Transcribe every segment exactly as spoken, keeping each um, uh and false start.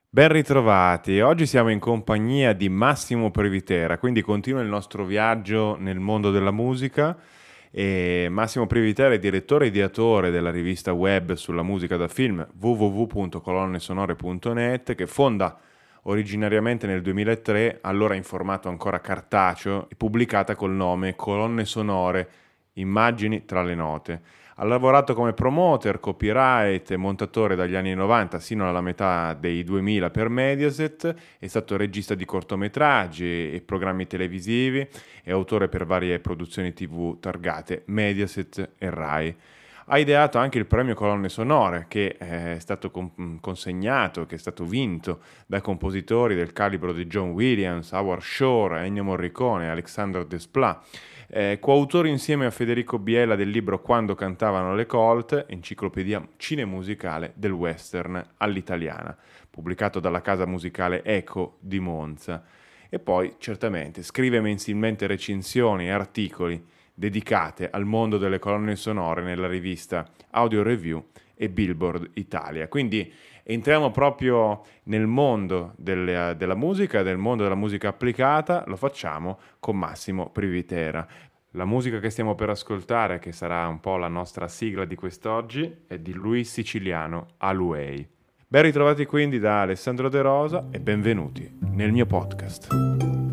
Ben ritrovati, oggi siamo in compagnia di Massimo Previtera, quindi continua il nostro viaggio nel mondo della musica. E Massimo Previtera è direttore e ideatore della rivista web sulla musica da film w w w punto colonne sonore punto net, che fonda originariamente nel duemilatré, allora in formato ancora cartaceo e pubblicata col nome Colonne Sonore, immagini tra le note. Ha lavorato come promoter, copyright e montatore dagli anni novanta sino alla metà dei duemila per Mediaset, è stato regista di cortometraggi e programmi televisivi e autore per varie produzioni tivù targate Mediaset e Rai. Ha ideato anche il premio Colonne Sonore, che è stato con- consegnato, che è stato vinto da compositori del calibro di John Williams, Howard Shore, Ennio Morricone e Alexandre Desplat. Eh, coautore insieme a Federico Biella del libro Quando cantavano le colt, enciclopedia cinemusicale del western all'italiana, pubblicato dalla casa musicale Eco di Monza. E poi, certamente, scrive mensilmente recensioni e articoli dedicate al mondo delle colonne sonore nella rivista Audio Review e Billboard Italia. Quindi entriamo proprio nel mondo delle, della musica, del mondo della musica applicata, lo facciamo con Massimo Privitera. La musica che stiamo per ascoltare, che sarà un po' la nostra sigla di quest'oggi, è di Luis Siciliano, Aluei. Ben ritrovati quindi da Alessandro De Rosa e benvenuti nel mio podcast.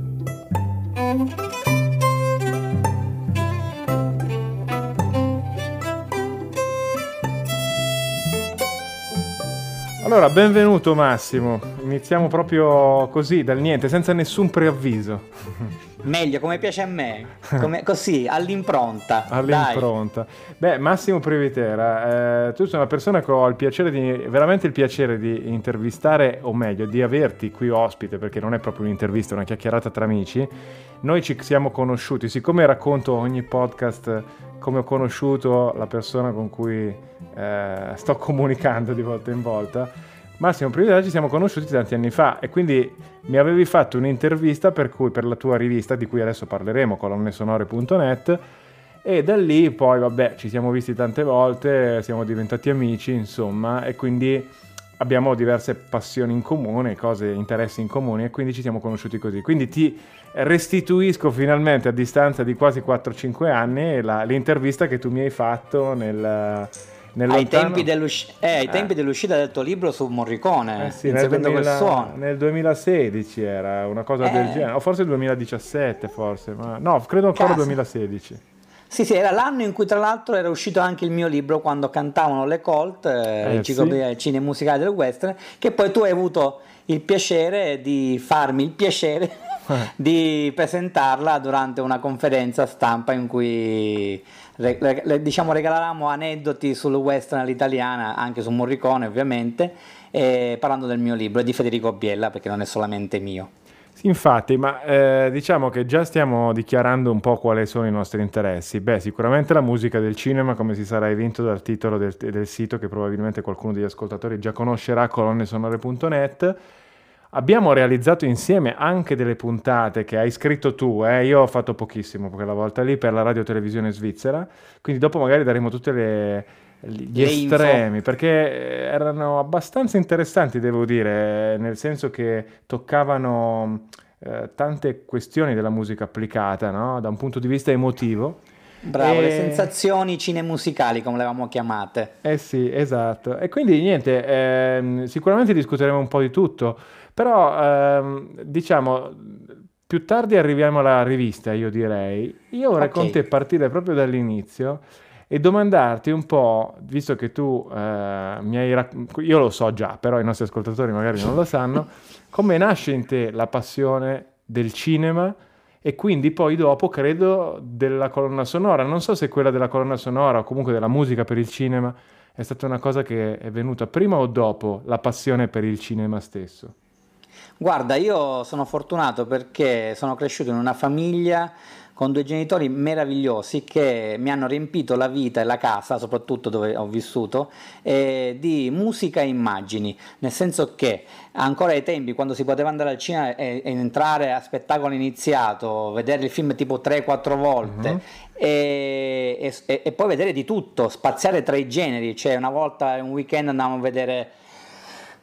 Allora, benvenuto Massimo. Iniziamo proprio così, dal niente, senza nessun preavviso. Meglio, come piace a me, come, così, all'impronta. All'impronta. Dai. Beh, Massimo Previtera, eh, tu sei una persona che ho il piacere di, veramente il piacere di intervistare, o meglio, di averti qui ospite, perché non è proprio un'intervista, è una chiacchierata tra amici. Noi ci siamo conosciuti, siccome racconto ogni podcast come ho conosciuto la persona con cui eh, sto comunicando di volta in volta. Massimo Previtera, ci siamo conosciuti tanti anni fa e quindi mi avevi fatto un'intervista per, cui, per la tua rivista, di cui adesso parleremo, colonne sonore punto net, e da lì poi vabbè ci siamo visti tante volte, siamo diventati amici insomma, e quindi abbiamo diverse passioni in comune, cose, interessi in comune, e quindi ci siamo conosciuti così. Quindi ti restituisco finalmente a distanza di quasi quattro cinque anni la, l'intervista che tu mi hai fatto nel... Ai, tempi, dell'usci- eh, ai eh. tempi dell'uscita del tuo libro su Morricone, eh sì, nel, duemila, nel duemilasedici era una cosa eh. del genere, o forse duemiladiciassette forse, ma no, credo ancora Cazzo. duemilasedici. Sì, sì, era l'anno in cui tra l'altro era uscito anche il mio libro, Quando cantavano le colt, eh, enciclopedia sì. cinemusicale del western, che poi tu hai avuto il piacere di farmi il piacere eh. di presentarla durante una conferenza stampa in cui re, re, diciamo regalavamo aneddoti sul western all'italiana, anche su Morricone ovviamente, e parlando del mio libro e di Federico Biella, perché non è solamente mio. Sì, infatti, ma eh, diciamo che già stiamo dichiarando un po' quali sono i nostri interessi. Beh, sicuramente la musica del cinema, come si sarà evinto dal titolo del, del sito che probabilmente qualcuno degli ascoltatori già conoscerà, colonne sonore punto net. Abbiamo realizzato insieme anche delle puntate che hai scritto tu, eh? Io ho fatto pochissimo quella volta lì per la radio televisione svizzera, quindi dopo magari daremo tutte le... gli le estremi info. Perché erano abbastanza interessanti, devo dire, nel senso che toccavano eh, tante questioni della musica applicata, no? Da un punto di vista emotivo. Bravo, e... le sensazioni cinemusicali come le avevamo chiamate. Eh sì, esatto. E quindi niente, ehm, sicuramente discuteremo un po' di tutto, però ehm, diciamo più tardi arriviamo alla rivista, io direi. Io vorrei okay. con te partire proprio dall'inizio e domandarti un po', visto che tu eh, mi hai raccontato, io lo so già, però i nostri ascoltatori magari non lo sanno, come nasce in te la passione del cinema e quindi poi dopo, credo, della colonna sonora. Non so se quella della colonna sonora o comunque della musica per il cinema è stata una cosa che è venuta prima o dopo la passione per il cinema stesso. Guarda, io sono fortunato perché sono cresciuto in una famiglia con due genitori meravigliosi che mi hanno riempito la vita e la casa, soprattutto dove ho vissuto, eh, di musica e immagini, nel senso che ancora ai tempi, quando si poteva andare al cinema e, e entrare a spettacolo iniziato, vedere il film tipo tre quattro volte, uh-huh. e, e, e poi vedere di tutto, spaziare tra i generi, cioè una volta un weekend andavamo a vedere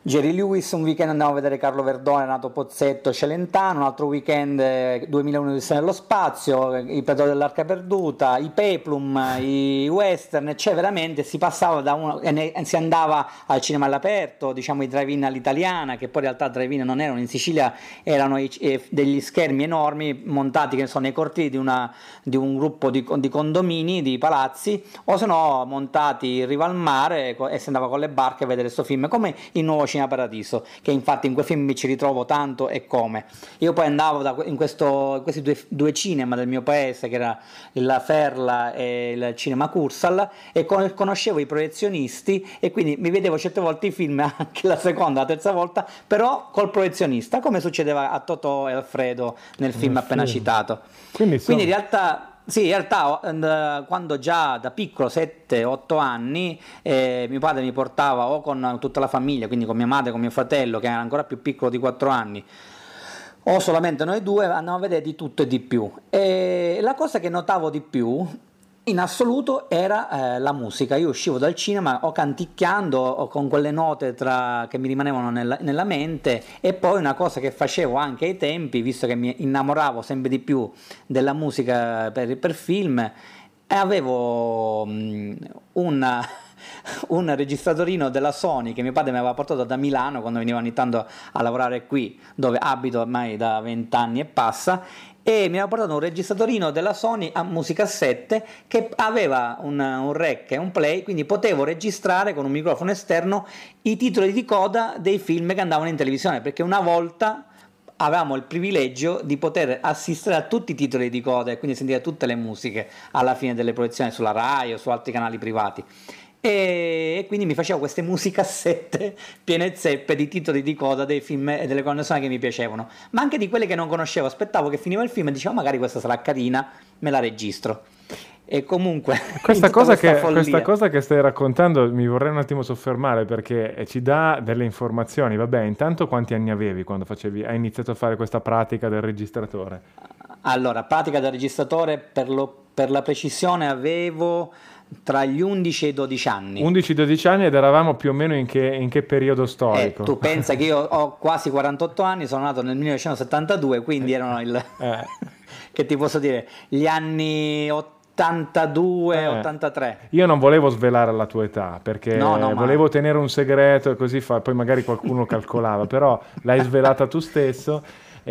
Jerry Lewis, un weekend andiamo a vedere Carlo Verdone, Renato Pozzetto, Celentano, un altro weekend eh, duemilauno Odissea nello spazio, i Predatori dell'Arca Perduta, i Peplum, i western, cioè veramente si passava da uno e, ne, e si andava al cinema all'aperto, diciamo i drive-in all'italiana, che poi in realtà drive-in non erano, in Sicilia erano i, eh, degli schermi enormi montati che ne so, nei cortili di, una, di un gruppo di, di condomini, di palazzi, o se no montati in riva al mare e si andava con le barche a vedere questo film, come il nuovo Cinema Paradiso, che infatti in quei film mi ci ritrovo tanto e come. Io poi andavo da, in, questo, in questi due, due cinema del mio paese, che era la Ferla e il Cinema Cursal, e con, conoscevo i proiezionisti e quindi mi vedevo certe volte i film, anche la seconda, la terza volta, però col proiezionista, come succedeva a Totò e Alfredo nel film nel appena film. citato. Quindi, so... quindi in realtà... Sì, in realtà quando già da piccolo, sette otto anni, eh, mio padre mi portava o con tutta la famiglia, quindi con mia madre, con mio fratello, che era ancora più piccolo di quattro anni, o solamente noi due, andavamo a vedere di tutto e di più. E la cosa che notavo di più, in assoluto, era eh, la musica. Io uscivo dal cinema o canticchiando o con quelle note tra, che mi rimanevano nella, nella mente, e poi una cosa che facevo anche ai tempi, visto che mi innamoravo sempre di più della musica per, per film, e avevo um, un, un registratorino della Sony che mio padre mi aveva portato da Milano quando veniva ogni tanto a lavorare qui, dove abito ormai da vent'anni e passa, e mi aveva portato un registratorino della Sony a musicassette che aveva un, un rec e un play, quindi potevo registrare con un microfono esterno i titoli di coda dei film che andavano in televisione, perché una volta avevamo il privilegio di poter assistere a tutti i titoli di coda e quindi sentire tutte le musiche alla fine delle proiezioni sulla Rai o su altri canali privati. E quindi mi facevo queste musicassette piene zeppe di titoli di coda dei film e delle colonne sonore che mi piacevano, ma anche di quelle che non conoscevo. Aspettavo che finiva il film e dicevo magari questa sarà carina, me la registro. E comunque questa cosa, questa, che, questa cosa che stai raccontando mi vorrei un attimo soffermare, perché ci dà delle informazioni. Vabbè, intanto quanti anni avevi quando facevi, hai iniziato a fare questa pratica del registratore? Allora, pratica del registratore, per, lo, per la precisione avevo tra gli undici e i dodici anni. undici dodici anni, ed eravamo più o meno in che, in che periodo storico? Eh, tu pensa che io ho quasi quarantotto anni, sono nato nel millenovecentosettantadue, quindi erano il... Eh. che ti posso dire, gli anni ottantadue, eh. ottantatré. Io non volevo svelare la tua età, perché no, no, volevo ma... tenere un segreto e così fa, poi magari qualcuno calcolava, però l'hai svelata tu stesso.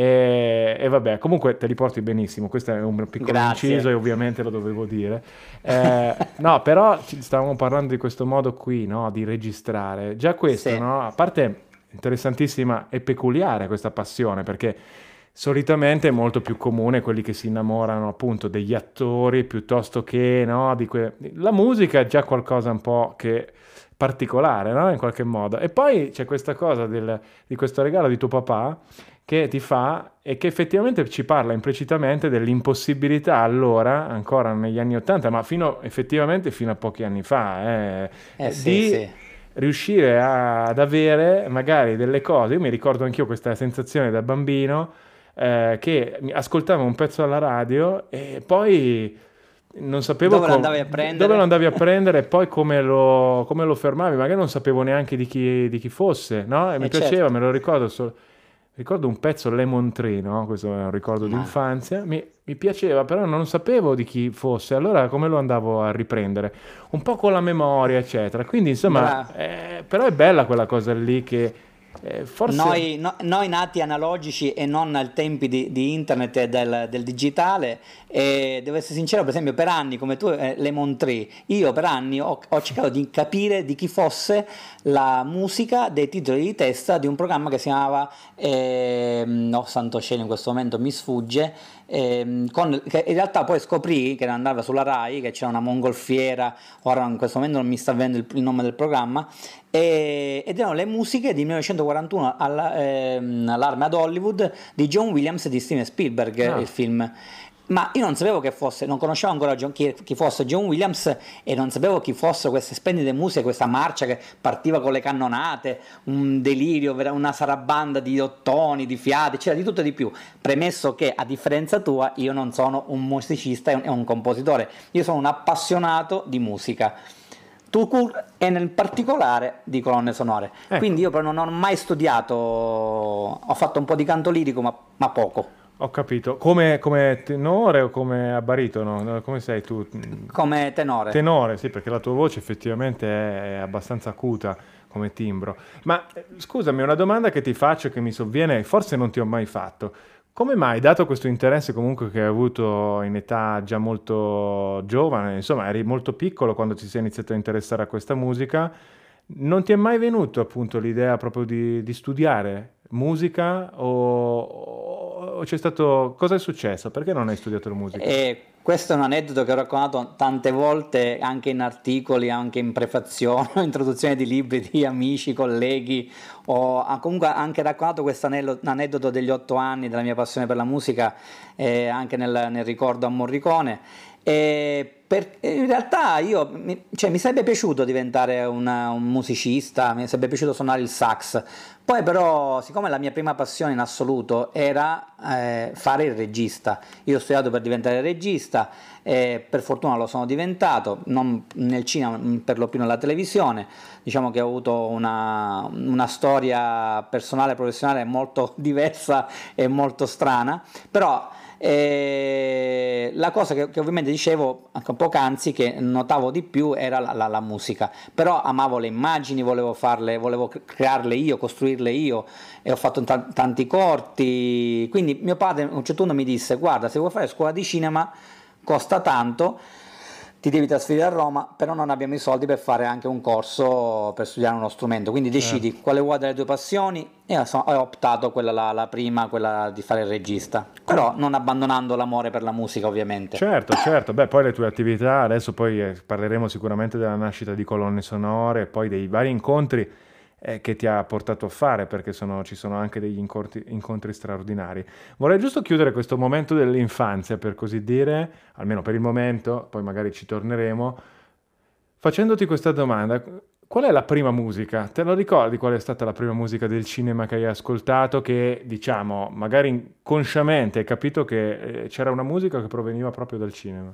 E, e vabbè, comunque te li porti benissimo. Questo è un piccolo Grazie. inciso e ovviamente lo dovevo dire. Eh, no, però stavamo parlando di questo modo qui, no, di registrare. Già questo, sì. no? A parte interessantissima e peculiare questa passione, perché solitamente è molto più comune quelli che si innamorano appunto degli attori piuttosto che, no, di que... la musica è già qualcosa un po' che particolare, no? In qualche modo. E poi c'è questa cosa del, di questo regalo di tuo papà che ti fa e che effettivamente ci parla implicitamente dell'impossibilità allora, ancora negli anni Ottanta, ma fino effettivamente fino a pochi anni fa, eh, eh, sì, di sì. riuscire a, ad avere magari delle cose. Io mi ricordo anch'io questa sensazione da bambino, eh, che ascoltavo un pezzo alla radio e poi non sapevo dove, com- lo, andavi a prendere? dove lo andavi a prendere e poi come lo, come lo fermavi, magari non sapevo neanche di chi, di chi fosse, no? E, e mi certo. piaceva, me lo ricordo solo. Ricordo un pezzo Lemon Tree, no? Questo è un ricordo di infanzia, mi, mi piaceva, però non sapevo di chi fosse, allora come lo andavo a riprendere? Un po' con la memoria, eccetera. Quindi insomma, eh, però è bella quella cosa lì che eh, forse... Noi, no, noi nati analogici e non ai tempi di, di internet e del, del digitale, e devo essere sincero, per esempio per anni, come tu, eh, Lemon Tree, io per anni ho, ho cercato di capire di chi fosse la musica dei titoli di testa di un programma che si chiamava eh, no, santo cielo, in questo momento mi sfugge, eh, con, che in realtà poi scoprì che andava sulla Rai, che c'era una mongolfiera, ora in questo momento non mi sta avendo il, il nome del programma, e, ed erano le musiche di millenovecentoquarantuno alla, eh, all'Arma ad Hollywood di John Williams e di Steven Spielberg, ah. il film. Ma io non sapevo che fosse, non conoscevo ancora John, chi, chi fosse John Williams, e non sapevo chi fossero queste splendide musiche, questa marcia che partiva con le cannonate, un delirio, una sarabanda di ottoni, di fiati, c'era di tutto e di più. Premesso che, a differenza tua, io non sono un musicista e un, e un compositore, io sono un appassionato di musica. tout court, e nel particolare di colonne sonore. Ecco. Quindi io però non ho mai studiato, ho fatto un po' di canto lirico, ma, ma poco. Ho capito. Come, come tenore o come baritono? Come sei tu? Come tenore. Tenore, sì, perché la tua voce effettivamente è abbastanza acuta come timbro. Ma scusami, una domanda che ti faccio, che mi sovviene, forse non ti ho mai fatto. Come mai, dato questo interesse comunque che hai avuto in età già molto giovane, insomma eri molto piccolo quando ti sei iniziato a interessare a questa musica, non ti è mai venuto appunto l'idea proprio di, di studiare musica o, o c'è stato, cosa è successo? Perché non hai studiato la musica? Eh, questo è un aneddoto che ho raccontato tante volte anche in articoli, anche in prefazione, introduzione di libri di amici, colleghi. Ho comunque anche raccontato questo aneddoto degli otto anni della mia passione per la musica, eh, anche nel, nel ricordo a Morricone. E per, in realtà io mi, cioè, mi sarebbe piaciuto diventare una, un musicista, mi sarebbe piaciuto suonare il sax. Poi però, siccome la mia prima passione in assoluto era eh, fare il regista, io ho studiato per diventare regista e per fortuna lo sono diventato, non nel cinema, per lo più nella televisione. Diciamo che ho avuto una, una storia personale e professionale molto diversa e molto strana, però E la cosa che, che ovviamente dicevo anche poc'anzi, che notavo di più, era la, la, la musica, però amavo le immagini, volevo farle, volevo crearle io, costruirle io, e ho fatto t- tanti corti. Quindi mio padre a un certo punto mi disse: guarda, se vuoi fare scuola di cinema costa tanto, ti devi trasferire a Roma, però non abbiamo i soldi per fare anche un corso per studiare uno strumento, quindi decidi eh. quale vuoi delle tue passioni, e ho optato quella la, la prima, quella di fare il regista, però non abbandonando l'amore per la musica ovviamente. Certo, certo, beh, poi le tue attività, adesso poi eh, parleremo sicuramente della nascita di colonne sonore, poi dei vari incontri eh, che ti ha portato a fare, perché sono, ci sono anche degli incontri, incontri straordinari. Vorrei giusto chiudere questo momento dell'infanzia, per così dire, almeno per il momento, poi magari ci torneremo, facendoti questa domanda: qual è la prima musica? Te lo ricordi qual è stata la prima musica del cinema che hai ascoltato, che diciamo magari inconsciamente hai capito che eh, c'era una musica che proveniva proprio dal cinema?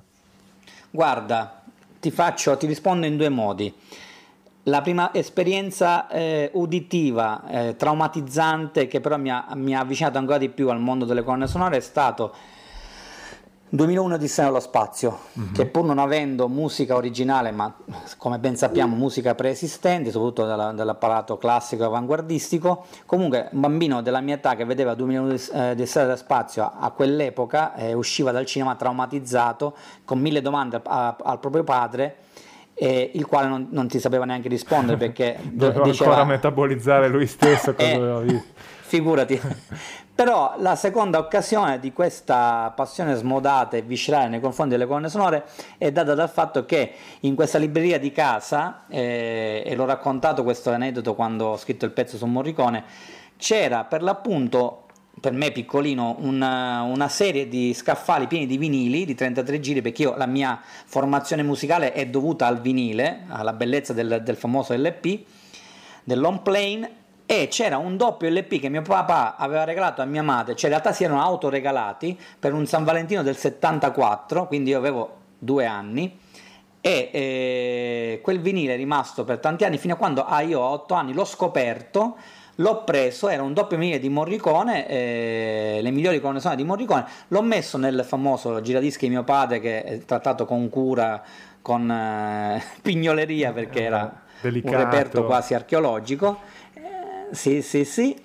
Guarda, ti faccio, ti rispondo in due modi. La prima esperienza eh, uditiva eh, traumatizzante, che però mi ha, mi ha avvicinato ancora di più al mondo delle colonne sonore, è stato duemilauno Odissea nello spazio, mm-hmm. che pur non avendo musica originale, ma come ben sappiamo musica preesistente, soprattutto dalla, dall'apparato classico e avanguardistico, comunque un bambino della mia età che vedeva duemilauno Odissea nello spazio a, a quell'epoca eh, usciva dal cinema traumatizzato, con mille domande a, a, al proprio padre, eh, il quale non, non ti sapeva neanche rispondere, perché doveva diceva, ancora metabolizzare lui stesso cosa eh, aveva visto. Figurati. Però la seconda occasione di questa passione smodata e viscerale nei confronti delle colonne sonore è data dal fatto che in questa libreria di casa, eh, e l'ho raccontato questo aneddoto quando ho scritto il pezzo su Morricone, c'era per l'appunto, per me piccolino, una, una serie di scaffali pieni di vinili di trentatré giri, perché io la mia formazione musicale è dovuta al vinile, alla bellezza del, del famoso L P, dell'home plane. E c'era un doppio L P che mio papà aveva regalato a mia madre, cioè in realtà si erano autoregalati per un San Valentino del settantaquattro, quindi io avevo due anni, e eh, quel vinile è rimasto per tanti anni, fino a quando ah, io a otto anni l'ho scoperto, l'ho preso, era un doppio vinile di Morricone, eh, le migliori colonne sonore di Morricone, l'ho messo nel famoso giradischi di mio padre, che è trattato con cura, con eh, pignoleria, perché era Delicato. Un reperto quasi archeologico. Sì, sì, sì.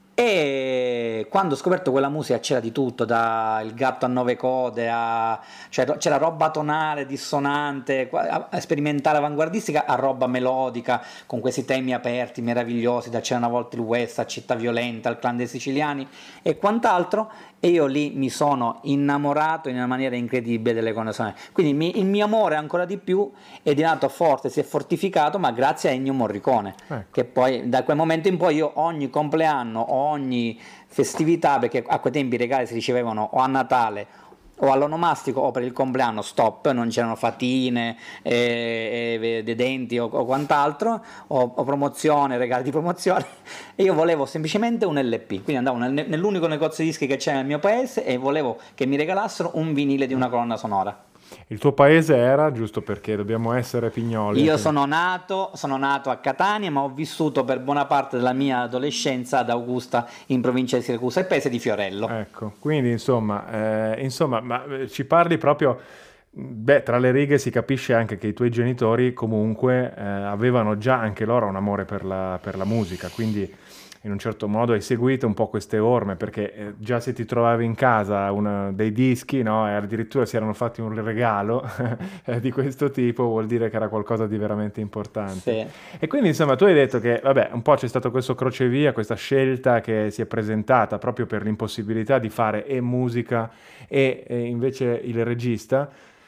E quando ho scoperto quella musica c'era di tutto, da il gatto a nove code a, cioè, c'era roba tonale, dissonante, sperimentale, avanguardistica, a roba melodica, con questi temi aperti, meravigliosi, da C'era una volta il West a Città Violenta, al Clan dei Siciliani e quant'altro, e io lì mi sono innamorato in una maniera incredibile delle colonne sonore. Quindi mi, il mio amore ancora di più è diventato forte, si è fortificato, ma grazie a Ennio Morricone, ecco. Che poi da quel momento in poi io ogni compleanno, ogni festività, perché a quei tempi i regali si ricevevano o a Natale o all'onomastico o per il compleanno, stop, non c'erano fatine, eh, eh, dei denti o, o quant'altro, o, o promozione, regali di promozione, e io volevo semplicemente un L P, quindi andavo nel, nell'unico negozio dischi che c'è nel mio paese e volevo che mi regalassero un vinile di una colonna sonora. il tuo paese era, giusto perché dobbiamo essere pignoli. Io sono nato, sono nato a Catania, ma ho vissuto per buona parte della mia adolescenza ad Augusta, in provincia di Siracusa, il paese di Fiorello. Ecco, quindi insomma, eh, insomma ma ci parli proprio... Beh, tra le righe si capisce anche che i tuoi genitori comunque eh, avevano già anche loro un amore per la, per la musica, quindi in un certo modo hai seguito un po' queste orme, perché eh, già se ti trovavi in casa una, dei dischi, no, e addirittura si erano fatti un regalo eh, di questo tipo, vuol dire che era qualcosa di veramente importante. Sì. E quindi insomma tu hai detto che vabbè, un po' c'è stato questo crocevia, questa scelta che si è presentata proprio per l'impossibilità di fare e musica e, e invece il regista.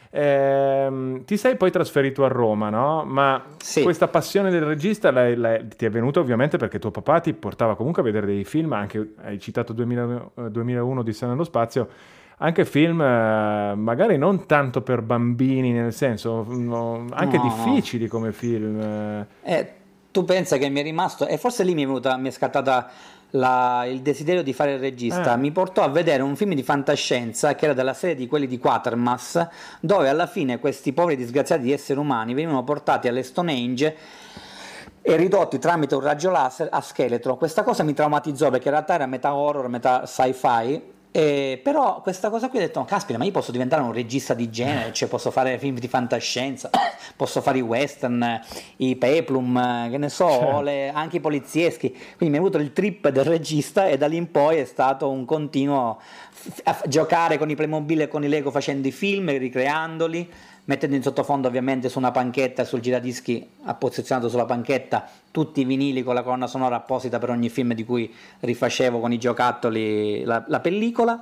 Eh, ti sei poi trasferito a Roma, no? Ma sì. Questa passione del regista l'hai, l'hai, ti è venuta ovviamente perché tuo papà ti portava comunque a vedere dei film, anche hai citato duemila, duemilauno Odissea nello spazio, anche film eh, magari non tanto per bambini, nel senso no, anche no, difficili no. come film. Eh. Eh, tu pensa che mi è rimasto, e forse lì mi è venuta, mi è scattata La, il desiderio di fare il regista, eh. mi portò a vedere un film di fantascienza che era della serie di quelli di Quatermass, dove alla fine questi poveri disgraziati di esseri umani venivano portati alle Stonehenge e ridotti tramite un raggio laser a scheletro. Questa cosa mi traumatizzò perché in realtà era metà horror, metà sci-fi. Eh, però questa cosa qui ho detto, caspita, ma io posso diventare un regista di genere, cioè posso fare film di fantascienza, posso fare i western, i peplum, che ne so, certo. le, anche i polizieschi, quindi mi è avuto il trip del regista e da lì in poi è stato un continuo f- a f- giocare con i Playmobil e con i Lego facendo i film, ricreandoli, mettendo in sottofondo ovviamente su una panchetta e sul giradischi posizionato sulla panchetta tutti i vinili con la colonna sonora apposita per ogni film di cui rifacevo con i giocattoli la, la pellicola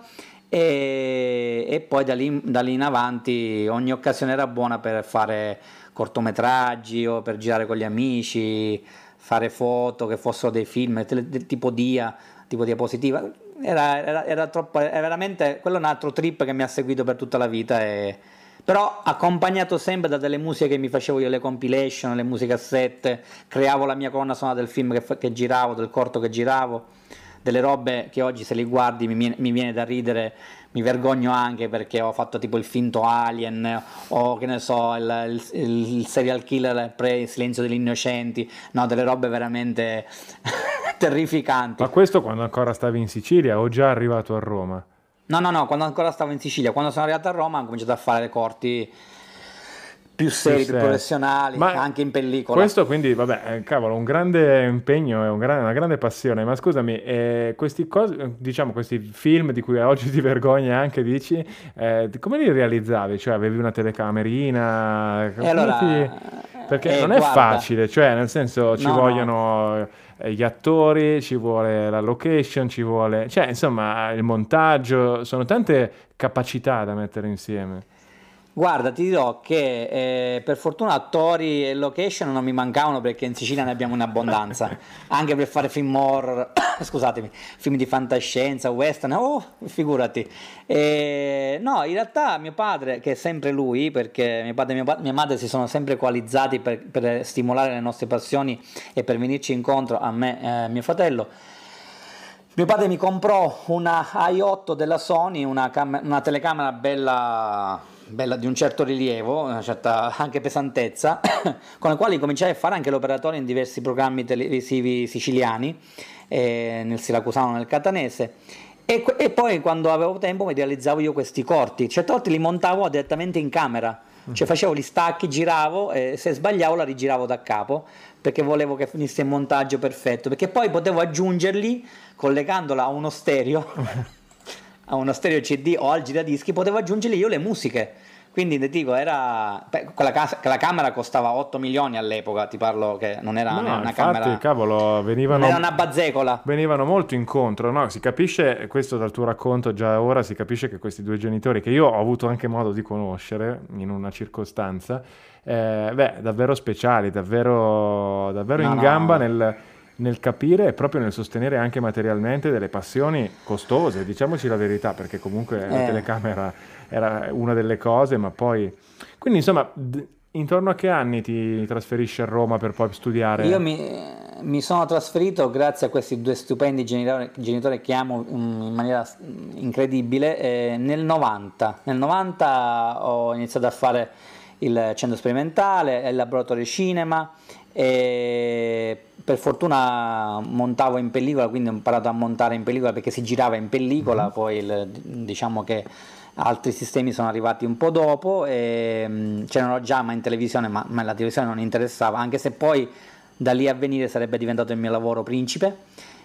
e, e poi da lì, da lì in avanti ogni occasione era buona per fare cortometraggi o per girare con gli amici, fare foto che fossero dei film del, del tipo dia, tipo diapositiva. Era, era, era troppo, era veramente quello è un altro trip che mi ha seguito per tutta la vita e però accompagnato sempre da delle musiche che mi facevo io, le compilation, le musicassette, creavo la mia colonna sonora del film che, che giravo, del corto che giravo, delle robe che oggi se li guardi mi, mi viene da ridere, mi vergogno anche perché ho fatto tipo il finto Alien o che ne so il, il, il serial killer pre Silenzio degli Innocenti, no, delle robe veramente terrificanti. Ma questo quando ancora stavi in Sicilia o già arrivato a Roma? No, no, no, quando ancora stavo in Sicilia, quando sono arrivato a Roma ho cominciato a fare corti più seri, più, più professionali, ma anche in pellicola. Questo quindi, vabbè, cavolo, un grande impegno e un gran, una grande passione, ma scusami, eh, questi cose, diciamo, questi film di cui oggi ti vergogni anche, dici, eh, come li realizzavi? Cioè avevi una telecamerina? E allora, ti... Perché eh, non è guarda, facile, cioè nel senso ci no, vogliono... No. gli attori, ci vuole la location, ci vuole, cioè insomma il montaggio, sono tante capacità da mettere insieme. Guarda, ti dirò che eh, per fortuna attori e location non mi mancavano perché in Sicilia ne abbiamo in abbondanza, anche per fare film horror, scusatemi, film di fantascienza, western, oh, figurati. E, no, in realtà mio padre, che è sempre lui, perché mio padre e mio pa- mia madre si sono sempre coalizzati per, per stimolare le nostre passioni e per venirci incontro a me e a mio fratello. Mio padre mi comprò una A I otto della Sony, una, cam- una telecamera bella, bella di un certo rilievo, una certa anche pesantezza, con la quale cominciai a fare anche l'operatore in diversi programmi televisivi siciliani, eh, nel siracusano, nel catanese. E, e poi quando avevo tempo mi realizzavo io questi corti, certe volte li montavo direttamente in camera, cioè facevo gli stacchi, giravo e se sbagliavo la rigiravo da capo perché volevo che finisse il montaggio perfetto, perché poi potevo aggiungerli collegandola a uno stereo a uno stereo C D o al giradischi, potevo aggiungerli io le musiche. Quindi ti dico, era quella, casa, quella camera costava otto milioni all'epoca, ti parlo che non era no, una infatti, camera, cavolo, venivano, non era una bazzecola. Venivano molto incontro, no? Si capisce, questo dal tuo racconto già ora, si capisce che questi due genitori, che io ho avuto anche modo di conoscere in una circostanza, eh, beh, davvero speciali, davvero, davvero No, in gamba no. nel... nel capire e proprio nel sostenere anche materialmente delle passioni costose, diciamoci la verità, perché comunque Eh. la telecamera era una delle cose, ma poi... Quindi insomma, d- intorno a che anni ti trasferisci a Roma per poi studiare? Io mi, mi sono trasferito grazie a questi due stupendi genitori, genitori che amo in maniera incredibile. Eh, nel novanta nel novanta ho iniziato a fare il centro sperimentale, il laboratorio cinema, e per fortuna montavo in pellicola, quindi ho imparato a montare in pellicola perché si girava in pellicola. Mm-hmm. Poi il, diciamo che altri sistemi sono arrivati un po' dopo, e mh, c'erano già ma in televisione, ma, ma la televisione non interessava, anche se poi da lì a venire sarebbe diventato il mio lavoro principe.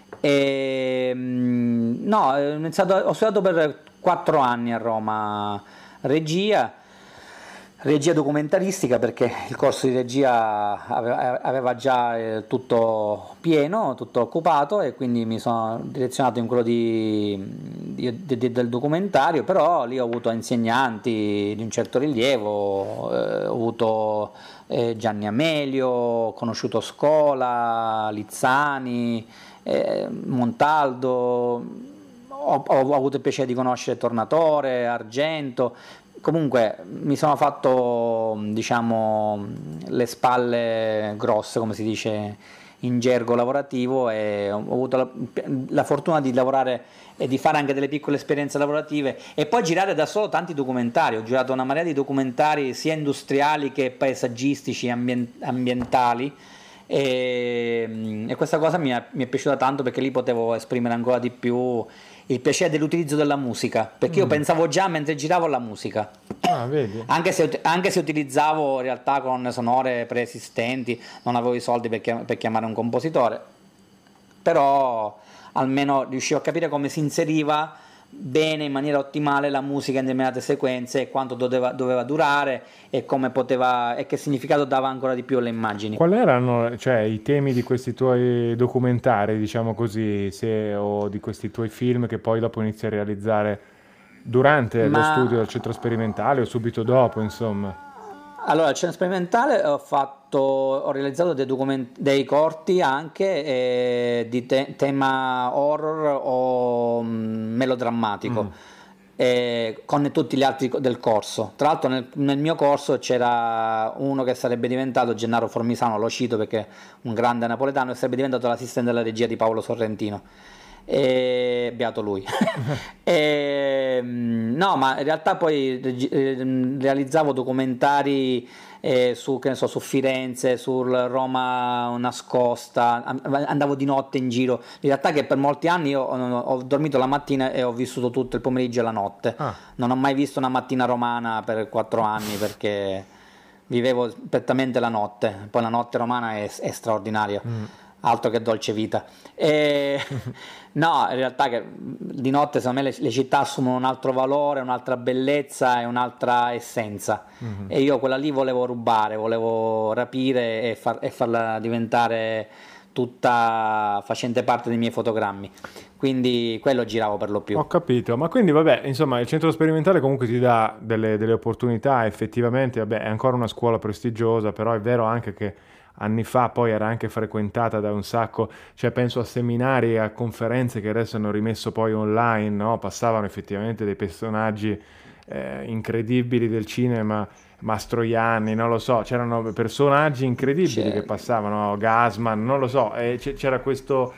E, mh, no, ho, iniziato, ho studiato per quattro anni a Roma regia, regia documentaristica, perché il corso di regia aveva, aveva già eh, tutto pieno, tutto occupato, e quindi mi sono direzionato in quello di, di, di, del documentario. Però lì ho avuto insegnanti di un certo rilievo, eh, ho avuto eh, Gianni Amelio, ho conosciuto Scola, Lizzani, eh, Montaldo, ho, ho avuto il piacere di conoscere Tornatore, Argento. Comunque mi sono fatto, diciamo, le spalle grosse, come si dice in gergo lavorativo, e ho avuto la, la fortuna di lavorare e di fare anche delle piccole esperienze lavorative, e poi girare da solo tanti documentari. Ho girato una marea di documentari sia industriali che paesaggistici, ambient, ambientali, e, e questa cosa mi è, mi è piaciuta tanto, perché lì potevo esprimere ancora di più il piacere dell'utilizzo della musica, perché mm. io pensavo già mentre giravo alla musica. Ah, vedi. Anche se, anche se utilizzavo in realtà colonne sonore preesistenti, non avevo i soldi per, chiam- per chiamare un compositore, però almeno riuscivo a capire come si inseriva bene, in maniera ottimale, la musica in determinate sequenze, e quanto doveva, doveva durare, e come poteva, e che significato dava ancora di più alle immagini. Quali erano, cioè, i temi di questi tuoi documentari, diciamo così, se, o di questi tuoi film che poi dopo inizi a realizzare durante Ma... lo studio del centro sperimentale o subito dopo, insomma? Allora, al centro sperimentale ho fatto, ho realizzato dei, document- dei corti anche eh, di te- tema horror o mh, melodrammatico, mm. eh, con tutti gli altri del corso. Tra l'altro nel, nel mio corso c'era uno che sarebbe diventato, Gennaro Formisano, lo cito perché è un grande napoletano, e sarebbe diventato l'assistente della regia di Paolo Sorrentino. E beato lui. E, no, ma in realtà poi realizzavo documentari eh, su, che ne so, su Firenze, sul Roma nascosta, andavo di notte in giro. In realtà che per molti anni io ho, ho dormito la mattina e ho vissuto tutto il pomeriggio e la notte. Ah. Non ho mai visto una mattina romana per quattro anni, perché vivevo prettamente la notte. Poi la notte romana è, è straordinaria. Mm. Altro che dolce vita. E, no, in realtà che di notte secondo me le, le città assumono un altro valore, un'altra bellezza e un'altra essenza, mm-hmm. e io quella lì volevo rubare, volevo rapire e, far, e farla diventare tutta facente parte dei miei fotogrammi, quindi quello giravo per lo più. Ho capito, ma quindi vabbè, insomma, il centro sperimentale comunque ti dà delle, delle opportunità, effettivamente, vabbè, è ancora una scuola prestigiosa, però è vero anche che anni fa poi era anche frequentata da un sacco, cioè penso a seminari e a conferenze che adesso hanno rimesso poi online, no? Passavano effettivamente dei personaggi eh, incredibili del cinema, Mastroianni, non lo so, c'erano personaggi incredibili c'è... che passavano, Gassman, non lo so, e c'era questo...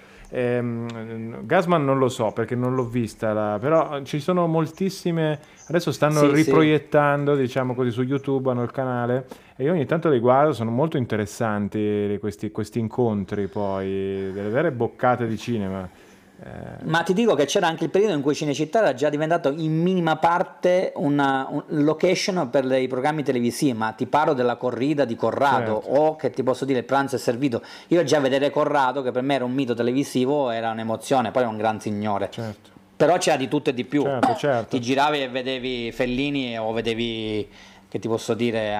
Ehm, Gassman non lo so perché non l'ho vista la, però ci sono moltissime, adesso stanno sì, riproiettando sì. diciamo così, su YouTube hanno il canale e io ogni tanto li guardo, sono molto interessanti questi, questi incontri, poi delle vere boccate di cinema. Eh... Ma ti dico che c'era anche il periodo in cui Cinecittà era già diventato in minima parte una un location per i programmi televisivi, ma ti parlo della corrida di Corrado, certo. o che ti posso dire il pranzo è servito. Io già vedere Corrado, che per me era un mito televisivo, era un'emozione, poi è un gran signore, certo. Però c'era di tutto e di più, certo, certo. Ti giravi e vedevi Fellini o vedevi, che ti posso dire,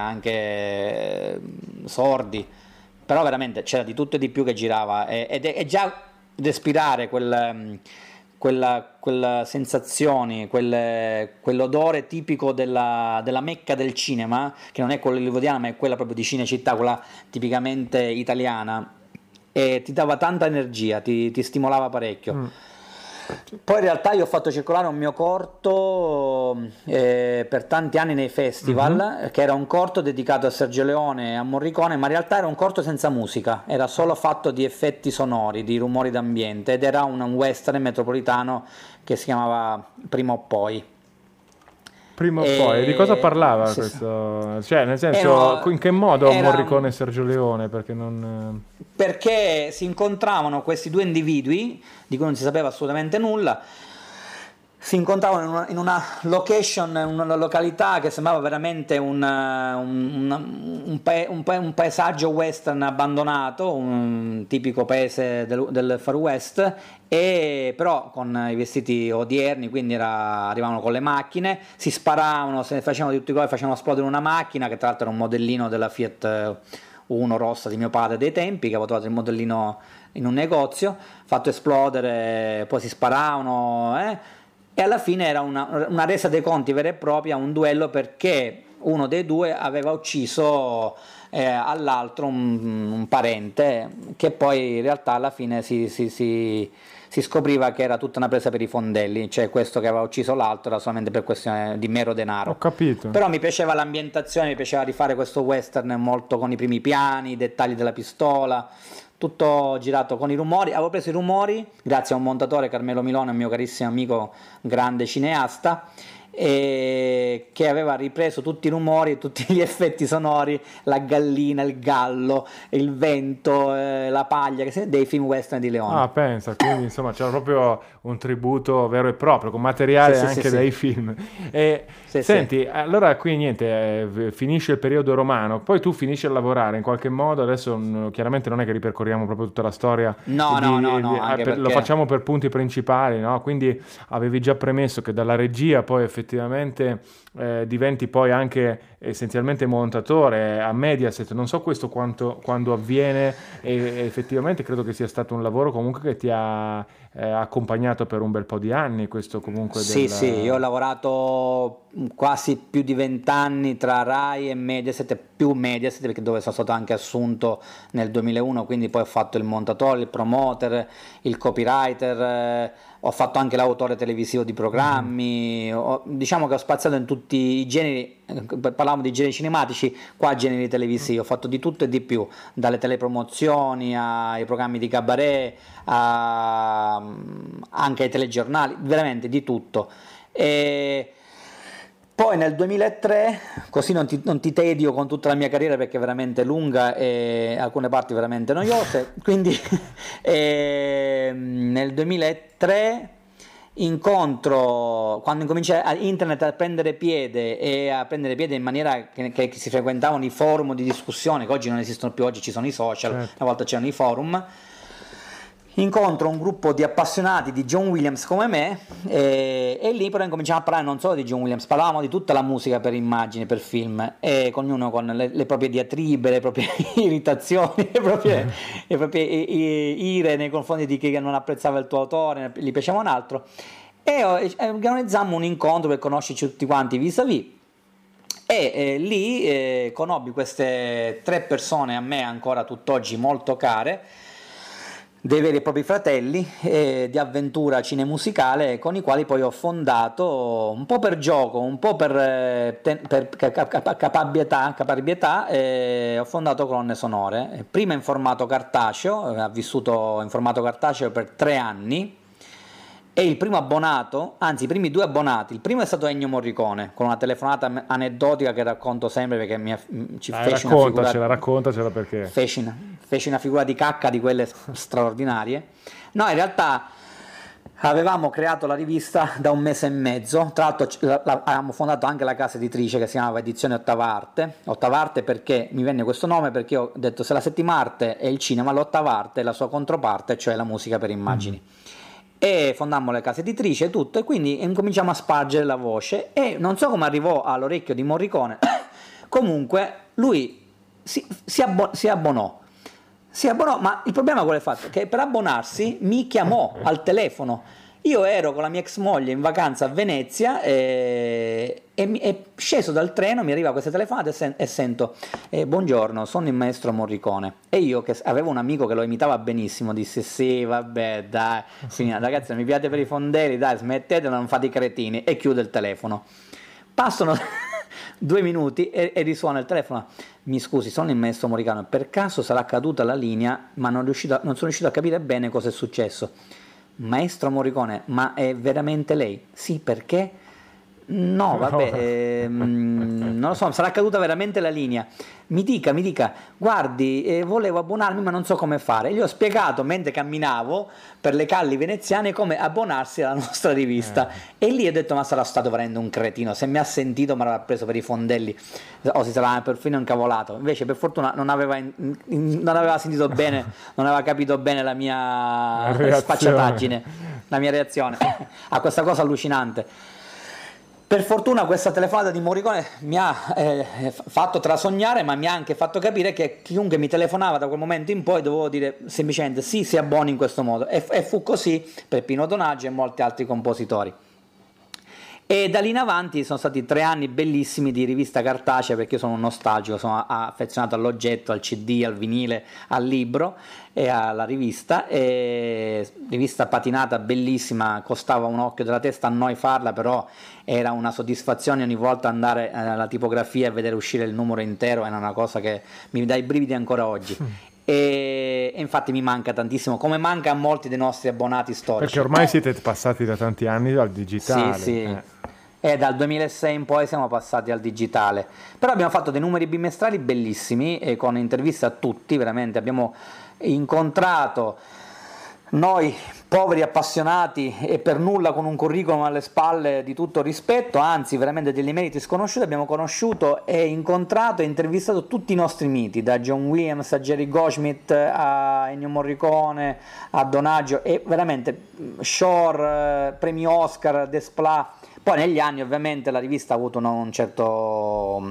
anche Sordi, però veramente c'era di tutto e di più che girava, ed è già respirare quel, quella, quella sensazioni, quel, quell'odore tipico della, della mecca del cinema, che non è quella hollywoodiana ma è quella proprio di Cinecittà, quella tipicamente italiana, e ti dava tanta energia, ti, ti stimolava parecchio. Mm. Poi in realtà io ho fatto circolare un mio corto eh, per tanti anni nei festival, mm-hmm. che era un corto dedicato a Sergio Leone e a Morricone, ma in realtà era un corto senza musica, era solo fatto di effetti sonori, di rumori d'ambiente, ed era un western metropolitano che si chiamava Prima o Poi. Prima o poi, di cosa parlava sì, questo? Cioè, nel senso, era, in che modo era, Morricone e Sergio Leone? Perché non... Perché si incontravano questi due individui, di cui non si sapeva assolutamente nulla, si incontravano in una, in una location, in una località che sembrava veramente un, un, un, pa- un, pa- un paesaggio western abbandonato, un tipico paese del, del Far West, e però con i vestiti odierni, quindi era, arrivavano con le macchine, si sparavano, se ne facevano di tutti i colori, facevano esplodere una macchina che tra l'altro era un modellino della Fiat Uno rossa di mio padre dei tempi, che avevo trovato il modellino in un negozio, fatto esplodere, poi si sparavano, eh? E alla fine era una, una resa dei conti vera e propria, un duello, perché uno dei due aveva ucciso eh, all'altro un, un parente, che poi in realtà alla fine si, si, si, si scopriva che era tutta una presa per i fondelli, cioè questo che aveva ucciso l'altro era solamente per questione di mero denaro. Ho capito. Però mi piaceva l'ambientazione, mi piaceva rifare questo western molto con i primi piani, i dettagli della pistola, tutto girato con i rumori. Avevo preso i rumori grazie a un montatore, Carmelo Milone, un mio carissimo amico, grande cineasta, e che aveva ripreso tutti i rumori, tutti gli effetti sonori, la gallina, il gallo, il vento, eh, la paglia, che si, dei film western di Leone. Ah, pensa, quindi insomma c'era proprio un tributo vero e proprio, con materiale sì, anche sì, dai sì. film. E, sì, senti, sì. allora qui niente, eh, finisce il periodo romano, poi tu finisci a lavorare in qualche modo, adesso mh, chiaramente non è che ripercorriamo proprio tutta la storia, no, di, no, no, no, di, anche per, perché... lo facciamo per punti principali, no? Quindi avevi già premesso che dalla regia poi effettivamente effettivamente eh, diventi poi anche essenzialmente montatore a Mediaset, non so questo quanto, quando avviene, e, e effettivamente credo che sia stato un lavoro comunque che ti ha eh, accompagnato per un bel po' di anni, questo comunque sì del... sì, io ho lavorato quasi più di vent'anni tra Rai e Mediaset, più Mediaset, perché dove sono stato anche assunto nel duemilauno, quindi poi ho fatto il montatore, il promoter, il copywriter, eh, ho fatto anche l'autore televisivo di programmi, mm. ho, diciamo che ho spaziato in tutti i generi, parlavamo di generi cinematici, qua generi televisivi, ho fatto di tutto e di più, dalle telepromozioni ai programmi di cabaret, a, anche ai telegiornali, veramente di tutto. E poi nel duemilatré, così non ti, non ti tedio con tutta la mia carriera perché è veramente lunga e alcune parti veramente noiose, quindi eh, nel duemilatré incontro, quando incomincia internet a prendere piede e a prendere piede in maniera che, che si frequentavano i forum di discussione, che oggi non esistono più, oggi ci sono i social, certo. Una volta c'erano i forum. Incontro un gruppo di appassionati di John Williams come me e, e lì però incominciamo a parlare non solo di John Williams, parlavamo di tutta la musica per immagini, per film, e con ognuno con le, le proprie diatribe, le proprie irritazioni, le proprie, mm. le proprie ire nei confronti di chi non apprezzava il tuo autore, gli piaceva un altro, e organizzammo un incontro per conoscerci tutti quanti vis-à-vis. E eh, lì eh, conobbi queste tre persone a me ancora tutt'oggi molto care, dei veri e propri fratelli eh, di avventura cinemusicale, con i quali poi ho fondato, un po' per gioco, un po' per, eh, ten, per caparbietà, caparbietà eh, ho fondato Colonne Sonore, prima in formato cartaceo, ha vissuto in formato cartaceo per tre anni, e il primo abbonato, anzi i primi due abbonati, il primo è stato Ennio Morricone, con una telefonata aneddotica che racconto sempre perché mi, ci eh, fece una figura, ce la raccontacela perché fece una, fece una figura di cacca di quelle straordinarie. No, in realtà avevamo creato la rivista da un mese e mezzo, tra l'altro la, la, avevamo fondato anche la casa editrice che si chiamava Edizione Ottava Arte, Ottava Arte perché mi venne questo nome, perché ho detto se la settima arte è il cinema, l'ottava arte è la sua controparte, cioè la musica per immagini. Mm. E fondammo le case editrici e tutto, e quindi incominciamo a spargere la voce, e non so come arrivò all'orecchio di Morricone, comunque lui si, si, abbo- si abbonò, si abbonò, ma il problema qual è il fatto? Che per abbonarsi mi chiamò al telefono Io ero con la mia ex moglie in vacanza a Venezia e, e, mi, e sceso dal treno, mi arriva questa telefonata e, sen, e sento eh, buongiorno, sono il maestro Morricone. E io, che avevo un amico che lo imitava benissimo, disse sì vabbè dai, finita, ragazzi mi piate per i fondelli, dai smettete, non fate i cretini, e chiude il telefono. Passano due minuti e, e risuona il telefono. Mi scusi, sono il maestro Morricone, per caso sarà caduta la linea, ma non, riuscito, non sono riuscito a capire bene cosa è successo. Maestro Morricone, ma è veramente lei? Sì, perché? No, vabbè, ehm, non lo so, sarà caduta veramente la linea. Mi dica, mi dica, guardi, eh, volevo abbonarmi ma non so come fare. Gli ho spiegato mentre camminavo per le calli veneziane come abbonarsi alla nostra rivista eh. E lì ho detto ma sarà stato veramente un cretino, se mi ha sentito mi aveva preso per i fondelli o si sarà perfino incavolato. Invece per fortuna non aveva, in, in, non aveva sentito bene, non aveva capito bene la mia la sfacciataggine, la mia reazione a questa cosa allucinante. Per fortuna questa telefonata di Morricone mi ha eh, fatto trasognare, ma mi ha anche fatto capire che chiunque mi telefonava da quel momento in poi dovevo dire semplicemente sì, si abboni in questo modo, e, e fu così per Pino Donaggio e molti altri compositori. E da lì in avanti sono stati tre anni bellissimi di rivista cartacea, perché io sono un nostalgico, sono affezionato all'oggetto, al C D, al vinile, al libro e alla rivista. E rivista patinata bellissima, costava un occhio della testa a noi farla, però era una soddisfazione ogni volta andare alla tipografia e vedere uscire il numero intero, era una cosa che mi dà i brividi ancora oggi. E, e infatti mi manca tantissimo, come manca a molti dei nostri abbonati storici, perché ormai siete passati da tanti anni al digitale. Sì, sì. Eh. E dal duemilasei in poi siamo passati al digitale, però abbiamo fatto dei numeri bimestrali bellissimi e con interviste a tutti, veramente abbiamo incontrato noi poveri appassionati e per nulla con un curriculum alle spalle di tutto rispetto, anzi veramente degli meriti sconosciuti, abbiamo conosciuto e incontrato e intervistato tutti i nostri miti, da John Williams a Jerry Goldsmith a Ennio Morricone a Donaggio, e veramente Shore, premi Oscar, Desplat. Poi negli anni ovviamente la rivista ha avuto un certo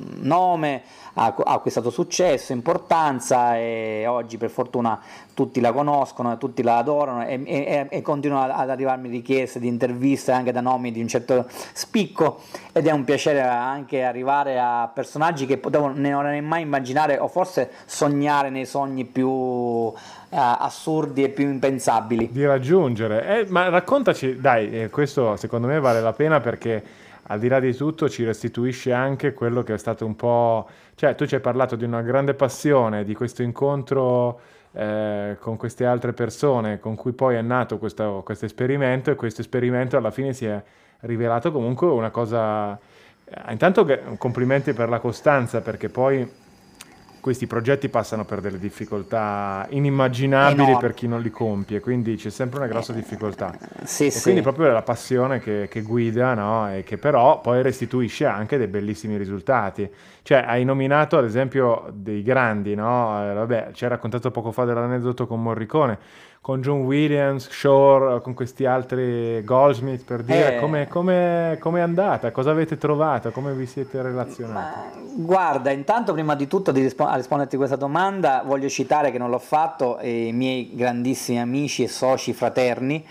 nome, ha acquistato successo, importanza, e oggi per fortuna tutti la conoscono, tutti la adorano e, e, e continuano ad arrivarmi richieste di interviste anche da nomi di un certo spicco, ed è un piacere anche arrivare a personaggi che potevo non mai immaginare o forse sognare nei sogni più uh, assurdi e più impensabili di raggiungere. Eh, ma raccontaci, dai, eh, questo secondo me vale la pena, perché al di là di tutto ci restituisce anche quello che è stato un po', cioè tu ci hai parlato di una grande passione, di questo incontro eh, con queste altre persone con cui poi è nato questo, questo esperimento, e questo esperimento alla fine si è rivelato comunque una cosa, eh, intanto complimenti per la costanza, perché poi questi progetti passano per delle difficoltà inimmaginabili Enorme. Per chi non li compie, quindi c'è sempre una grossa difficoltà. Sì, e sì. Quindi proprio è la passione che, che guida, no? E che però poi restituisce anche dei bellissimi risultati. Cioè, hai nominato ad esempio dei grandi, no? Eh, vabbè, ci hai raccontato poco fa dell'aneddoto con Morricone, con John Williams, Shore, con questi altri, Goldsmith, per dire, eh, come, come, come è andata, cosa avete trovato, come vi siete relazionati? Guarda, intanto prima di tutto di rispo- a risponderti a questa domanda voglio citare, che non l'ho fatto, i miei grandissimi amici e soci fraterni,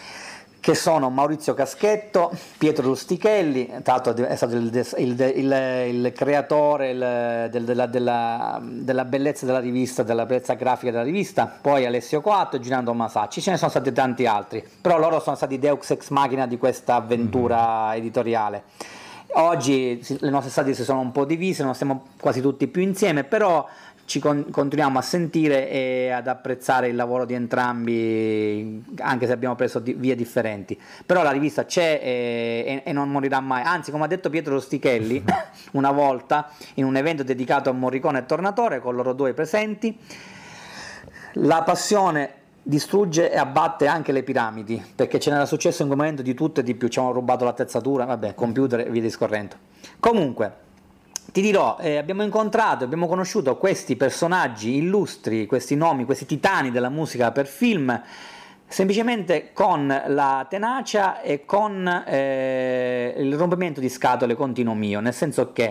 che sono Maurizio Caschetto, Pietro Rustichelli, tra l'altro è stato il, il, il, il creatore il, del, della, della, della bellezza della rivista, della bellezza grafica della rivista, poi Alessio Coatto e Giuliano Masacci, ce ne sono stati tanti altri, però loro sono stati Deus ex machina di questa avventura mm-hmm. editoriale. Oggi le nostre strade si sono un po' divise, non stiamo quasi tutti più insieme, però ci con- continuiamo a sentire e ad apprezzare il lavoro di entrambi, anche se abbiamo preso di- vie differenti. Però la rivista c'è e-, e-, e non morirà mai, anzi, come ha detto Pietro Rustichelli una volta in un evento dedicato a Morricone e Tornatore, con loro due presenti, la passione distrugge e abbatte anche le piramidi, perché ce n'era successo in quel momento di tutto e di più, ci hanno rubato l'attrezzatura, vabbè, computer e via discorrendo. Comunque ti dirò, eh, abbiamo incontrato, abbiamo conosciuto questi personaggi illustri, questi nomi, questi titani della musica per film, semplicemente con la tenacia e con eh, il rompimento di scatole continuo mio, nel senso che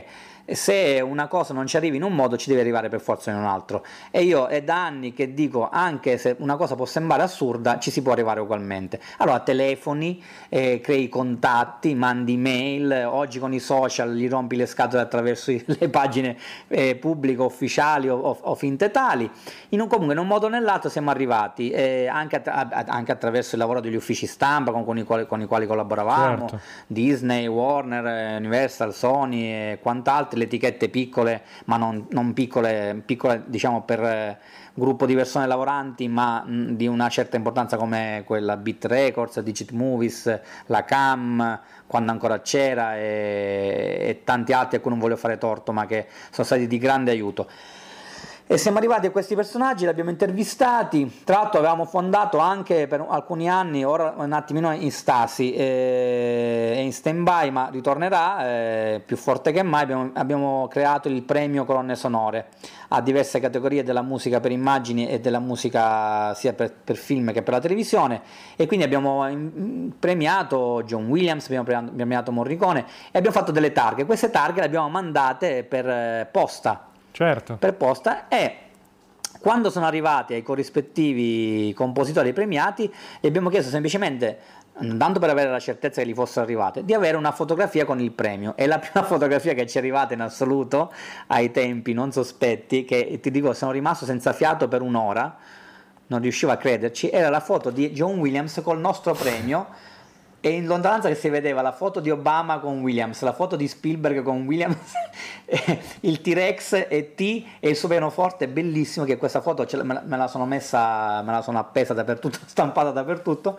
se una cosa non ci arrivi in un modo ci deve arrivare per forza in un altro, e io è da anni che dico, anche se una cosa può sembrare assurda, ci si può arrivare ugualmente. Allora telefoni, eh, crei contatti, mandi mail, oggi con i social gli rompi le scatole attraverso le pagine eh, pubbliche, ufficiali o, o, o finte tali, in un, comunque in un modo o nell'altro siamo arrivati, eh, anche, a, anche attraverso il lavoro degli uffici stampa con, con, i, quali, con i quali collaboravamo, certo. Disney, Warner, Universal, Sony e quant'altro, le etichette piccole, ma non, non piccole, piccole diciamo per eh, gruppo di persone lavoranti, ma mh, di una certa importanza, come quella Beat Records, Digit Movies, la Cam, quando ancora c'era, e, e tanti altri a cui non voglio fare torto, ma che sono stati di grande aiuto. E siamo arrivati a questi personaggi, li abbiamo intervistati, tra l'altro avevamo fondato anche per alcuni anni, ora un attimino in stasi, eh, è in stand by ma ritornerà eh, più forte che mai, abbiamo, abbiamo creato il premio Colonne Sonore a diverse categorie della musica per immagini e della musica sia per, per film che per la televisione, e quindi abbiamo premiato John Williams, abbiamo premiato Morricone e abbiamo fatto delle targhe. Queste targhe le abbiamo mandate per posta. Certo. Per posta, e quando sono arrivati ai corrispettivi compositori premiati gli abbiamo chiesto semplicemente, tanto per avere la certezza che gli fossero arrivate, di avere una fotografia con il premio. E la prima fotografia che ci è arrivata in assoluto ai tempi non sospetti, che ti dico sono rimasto senza fiato per un'ora, non riuscivo a crederci, era la foto di John Williams col nostro premio, e in lontananza che si vedeva la foto di Obama con Williams, la foto di Spielberg con Williams, il T-Rex e T e il suo pianoforte, bellissimo, che questa foto ce la, me la sono messa, me la sono appesa dappertutto, stampata dappertutto,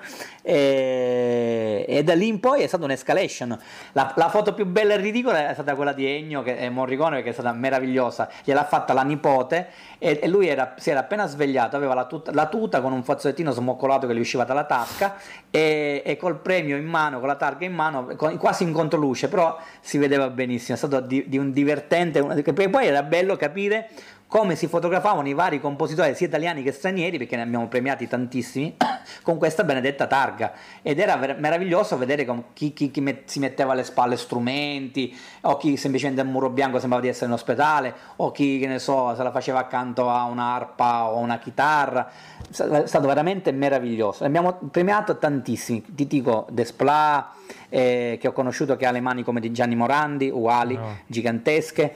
e, e da lì in poi è stata un'escalation. La, la foto più bella e ridicola è stata quella di Ennio, che è Morricone, che è stata meravigliosa, gliel'ha fatta la nipote, e, e lui era, si era appena svegliato, aveva la tuta, la tuta con un fazzolettino smoccolato che gli usciva dalla tasca, e, e col premio in mano, con la targa in mano, quasi in controluce, però si vedeva benissimo. È stato di, di un divertente, perché poi era bello capire come si fotografavano i vari compositori sia italiani che stranieri, perché ne abbiamo premiati tantissimi, con questa benedetta targa, ed era ver- meraviglioso vedere chi, chi, chi met- si metteva alle spalle strumenti, o chi semplicemente al muro bianco sembrava di essere in ospedale, o chi, che ne so, se la faceva accanto a un'arpa o una chitarra. È stato veramente meraviglioso. Abbiamo premiato tantissimi, ti dico Desplat, eh, che ho conosciuto, che ha le mani come di Gianni Morandi, uguali, no. gigantesche,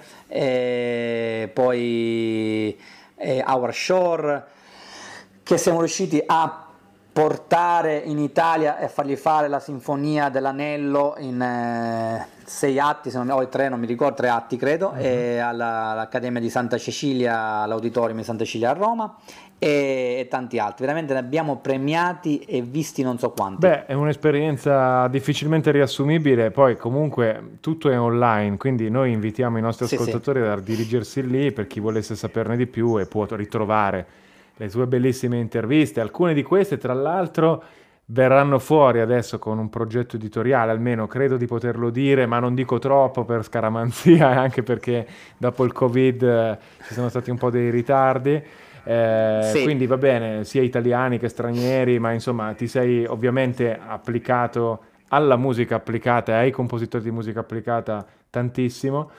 eh, poi eh, Howard Shore, che siamo riusciti a portare in Italia e fargli fare la Sinfonia dell'Anello in eh, sei atti, se non, o tre, non mi ricordo, tre atti credo, uh-huh. e alla, all'Accademia di Santa Cecilia, all'Auditorium di Santa Cecilia a Roma, e, e tanti altri. Veramente ne abbiamo premiati e visti non so quanti. Beh, è un'esperienza difficilmente riassumibile, poi comunque tutto è online, quindi noi invitiamo i nostri ascoltatori sì, sì. a dirigersi lì per chi volesse saperne di più, e può ritrovare le sue bellissime interviste. Alcune di queste, tra l'altro, verranno fuori adesso con un progetto editoriale, almeno credo di poterlo dire, ma non dico troppo per scaramanzia, anche perché dopo il Covid eh, ci sono stati un po' dei ritardi. Eh, sì. Quindi va bene, sia italiani che stranieri, ma insomma ti sei ovviamente applicato alla musica applicata e ai compositori di musica applicata tantissimo.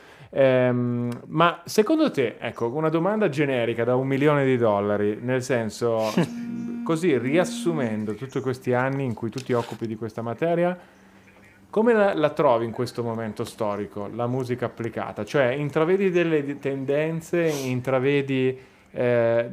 Ehm, ma secondo te, ecco, una domanda generica da un milione di dollari, nel senso, così riassumendo tutti questi anni in cui tu ti occupi di questa materia, come la, la trovi in questo momento storico, la musica applicata? Cioè, intravedi delle tendenze, intravedi eh,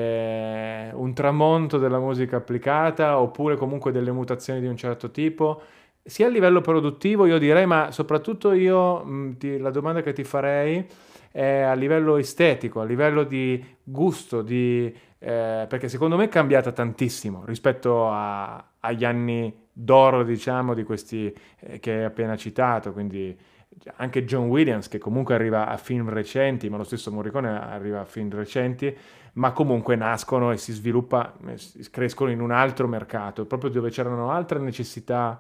delle, un tramonto della musica applicata, oppure comunque delle mutazioni di un certo tipo? Sia a livello produttivo, io direi, ma soprattutto io mh, ti, la domanda che ti farei è a livello estetico, a livello di gusto, di, eh, perché secondo me è cambiata tantissimo rispetto a, agli anni d'oro, diciamo, di questi eh, che hai appena citato, quindi anche John Williams, che comunque arriva a film recenti, ma lo stesso Morricone arriva a film recenti, ma comunque nascono e si sviluppa, si crescono in un altro mercato, proprio dove c'erano altre necessità,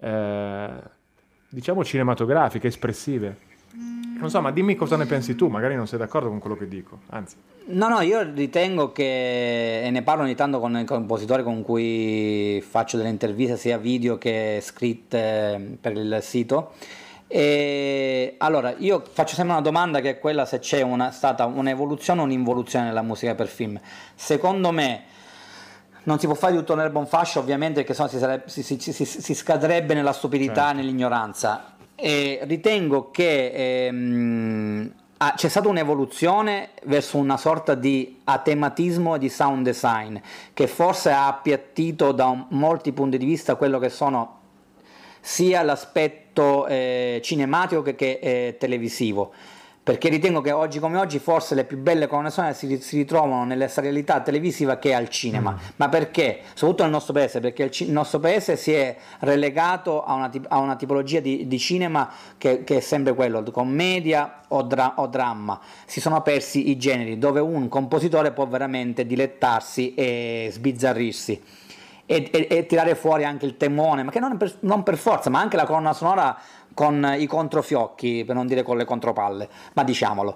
Eh, diciamo cinematografiche, espressive. Non so, ma dimmi cosa ne pensi tu, magari non sei d'accordo con quello che dico, anzi. No, no, io ritengo che, e ne parlo ogni tanto con i compositori con cui faccio delle interviste sia video che scritte per il sito, E allora io faccio sempre una domanda, che è quella se c'è una, stata un'evoluzione o un'involuzione nella musica per film. Secondo me non si può fare di tutto l'erba un fascio, ovviamente, perché sennò si, sarebbe, si, si, si, si scadrebbe nella stupidità, certo, nell'ignoranza. E ritengo che ehm, ah, c'è stata un'evoluzione verso una sorta di atematismo e di sound design, che forse ha appiattito da un, molti punti di vista quello che sono sia l'aspetto eh, cinematico che, che eh, televisivo, perché ritengo che oggi come oggi forse le più belle colonne sonore si, si ritrovano nella serialità televisiva che al cinema. Mm. Ma perché? Soprattutto nel nostro paese, perché il, il nostro paese si è relegato a una, a una tipologia di, di cinema che, che è sempre quello, commedia o, dra, o dramma. Si sono persi i generi dove un compositore può veramente dilettarsi e sbizzarrirsi e, e, e tirare fuori anche il temone, ma che non per, non per forza, ma anche la colonna sonora con i controfiocchi, per non dire con le contropalle, ma diciamolo.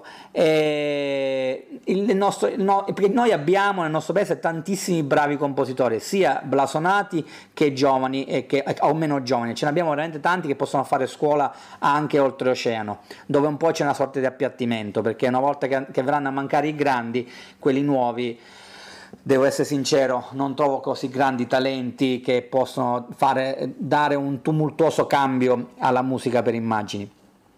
E il nostro, il no, perché noi abbiamo nel nostro paese tantissimi bravi compositori, sia blasonati che giovani, e che, o meno giovani, ce ne abbiamo veramente tanti che possono fare scuola anche oltreoceano, dove un po' c'è una sorta di appiattimento, perché una volta che, che verranno a mancare i grandi, quelli nuovi, devo essere sincero, non trovo così grandi talenti che possono fare, dare un tumultuoso cambio alla musica per immagini.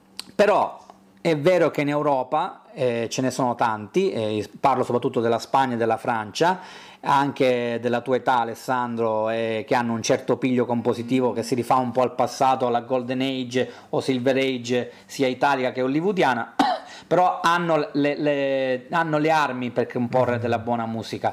Però è vero che in Europa eh, ce ne sono tanti, eh, parlo soprattutto della Spagna e della Francia, anche della tua età, Alessandro, eh, che hanno un certo piglio compositivo che si rifà un po' al passato, alla Golden Age o Silver Age, sia italica che hollywoodiana, però hanno le, le, hanno le armi per comporre della buona musica.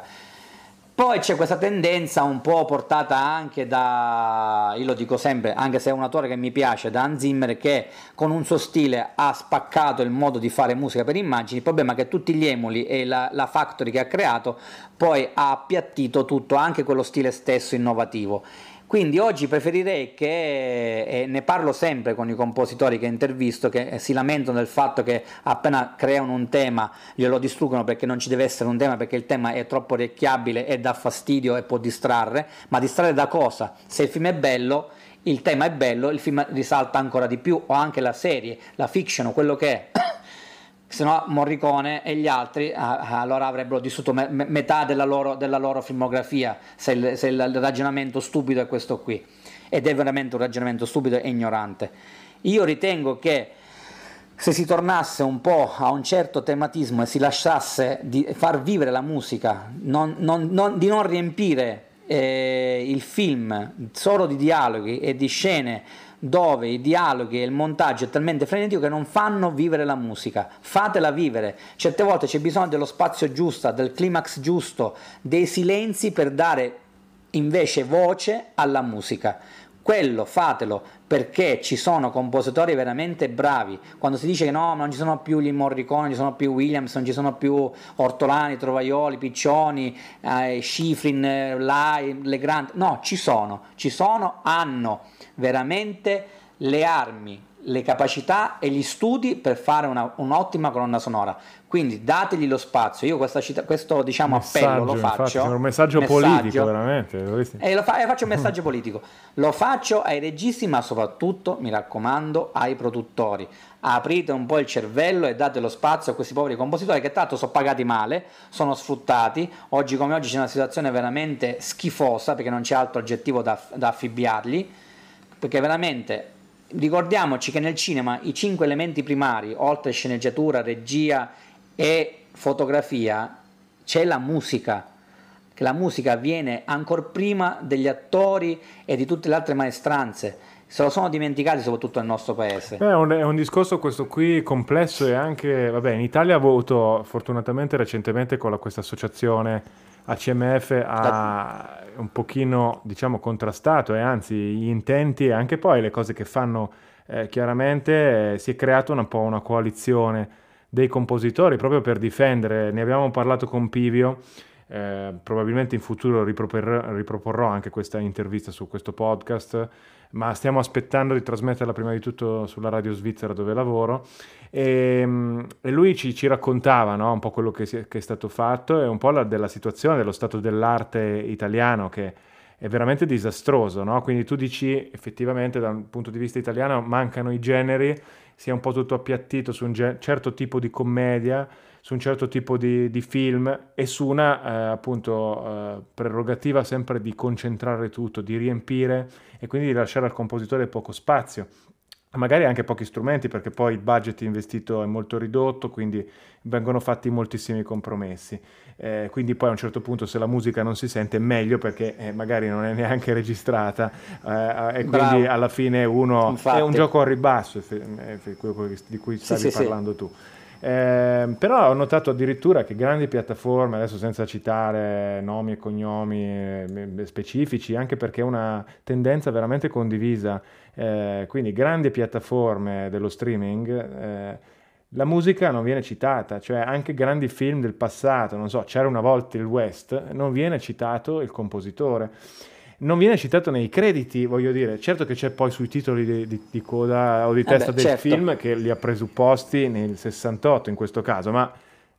Poi c'è questa tendenza un po' portata anche da, io lo dico sempre, anche se è un autore che mi piace, da Hans Zimmer, che con un suo stile ha spaccato il modo di fare musica per immagini. Il problema è che tutti gli emuli e la, la factory che ha creato poi ha appiattito tutto, anche quello stile stesso innovativo. Quindi oggi preferirei che, e ne parlo sempre con i compositori che intervisto, che si lamentano del fatto che appena creano un tema glielo distruggono perché non ci deve essere un tema, perché il tema è troppo orecchiabile e dà fastidio e può distrarre. Ma distrarre da cosa? Se il film è bello, il tema è bello, il film risalta ancora di più, o anche la serie, la fiction, quello che è. Se no Morricone e gli altri ah, allora avrebbero distrutto me- metà della loro, della loro filmografia, se il, se il ragionamento stupido è questo qui, ed è veramente un ragionamento stupido e ignorante. Io ritengo che se si tornasse un po' a un certo tematismo e si lasciasse di far vivere la musica, non, non, non, di non riempire eh, il film solo di dialoghi e di scene dove i dialoghi e il montaggio è talmente frenetico che non fanno vivere la musica. Fatela vivere. Certe volte c'è bisogno dello spazio giusto, del climax giusto, dei silenzi per dare invece voce alla musica. Quello fatelo, perché ci sono compositori veramente bravi. Quando si dice che no, ma non ci sono più gli Morricone, non ci sono più Williams, non ci sono più Ortolani, Trovaioli, Piccioni, eh, Schifrin, eh, Lai, Legrand, no, ci sono, ci sono, hanno veramente le armi, le capacità e gli studi per fare una, un'ottima colonna sonora. Quindi dategli lo spazio. Io questa cita, questo diciamo messaggio, appello lo faccio, infatti, è un messaggio, messaggio politico veramente, e lo fa, e faccio un messaggio politico, lo faccio ai registi, ma soprattutto, mi raccomando, ai produttori. Aprite un po' il cervello e date lo spazio a questi poveri compositori che tanto sono pagati male, sono sfruttati. Oggi come oggi c'è una situazione veramente schifosa, perché non c'è altro aggettivo da, da affibbiargli, perché veramente ricordiamoci che nel cinema i cinque elementi primari, oltre sceneggiatura, regia e fotografia, c'è la musica, che la musica viene ancora prima degli attori e di tutte le altre maestranze. Se lo sono dimenticati soprattutto nel nostro paese. Beh, è, un, è un discorso questo qui complesso, e anche, vabbè, in Italia ho avuto fortunatamente recentemente con la, questa associazione A C M F ha un pochino, diciamo, contrastato, e anzi gli intenti e anche poi le cose che fanno, eh, chiaramente eh, si è creata un po' una coalizione dei compositori proprio per difendere. Ne abbiamo parlato con Pivio, eh, probabilmente in futuro riproporrò, riproporrò anche questa intervista su questo podcast, ma stiamo aspettando di trasmetterla prima di tutto sulla radio svizzera dove lavoro, e, e lui ci, ci raccontava, no, un po' quello che, si è, che è stato fatto, e un po' la, della situazione dello stato dell'arte italiano, che è veramente disastroso, no? Quindi tu dici effettivamente dal punto di vista italiano mancano i generi, si è un po' tutto appiattito su un ge- certo tipo di commedia, su un certo tipo di, di film e su una eh, appunto eh, prerogativa sempre di concentrare tutto, di riempire e quindi di lasciare al compositore poco spazio. Magari anche pochi strumenti perché poi il budget investito è molto ridotto, quindi vengono fatti moltissimi compromessi. Eh, quindi poi a un certo punto se la musica non si sente è meglio perché eh, magari non è neanche registrata eh, e Bravo. Quindi alla fine uno Infatti. È un gioco al ribasso quello di cui stavi sì, parlando sì. tu. Eh, però ho notato addirittura che grandi piattaforme, adesso senza citare nomi e cognomi eh, specifici, anche perché è una tendenza veramente condivisa, eh, quindi grandi piattaforme dello streaming, eh, la musica non viene citata, cioè anche grandi film del passato, non so, C'era una volta il West, non viene citato il compositore. Non viene citato nei crediti, voglio dire, certo che c'è poi sui titoli di, di, di coda o di testa eh beh, del certo. film che li ha presupposti nel sessantotto in questo caso, ma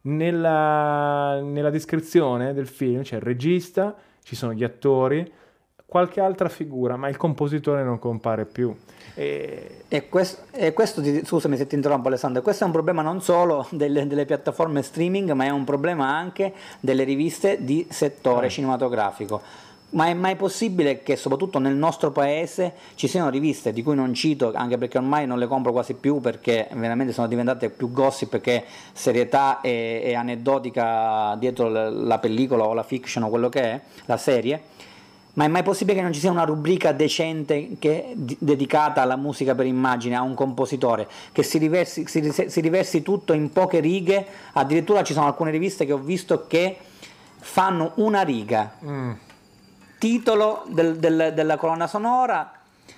nella, nella descrizione del film c'è il regista, ci sono gli attori, qualche altra figura, ma il compositore non compare più. E, e questo, e questo ti, scusami se ti interrompo Alessandro, questo è un problema non solo delle, delle piattaforme streaming, ma è un problema anche delle riviste di settore eh. cinematografico. Ma è mai possibile che soprattutto nel nostro paese ci siano riviste di cui non cito, anche perché ormai non le compro quasi più perché veramente sono diventate più gossip perché serietà e, e aneddotica dietro la pellicola o la fiction o quello che è, la serie, ma è mai possibile che non ci sia una rubrica decente che, d- dedicata alla musica per immagine, a un compositore, che si riversi, si, si riversi tutto in poche righe? Addirittura ci sono alcune riviste che ho visto che fanno una riga. Mm. Titolo del, del, della colonna sonora,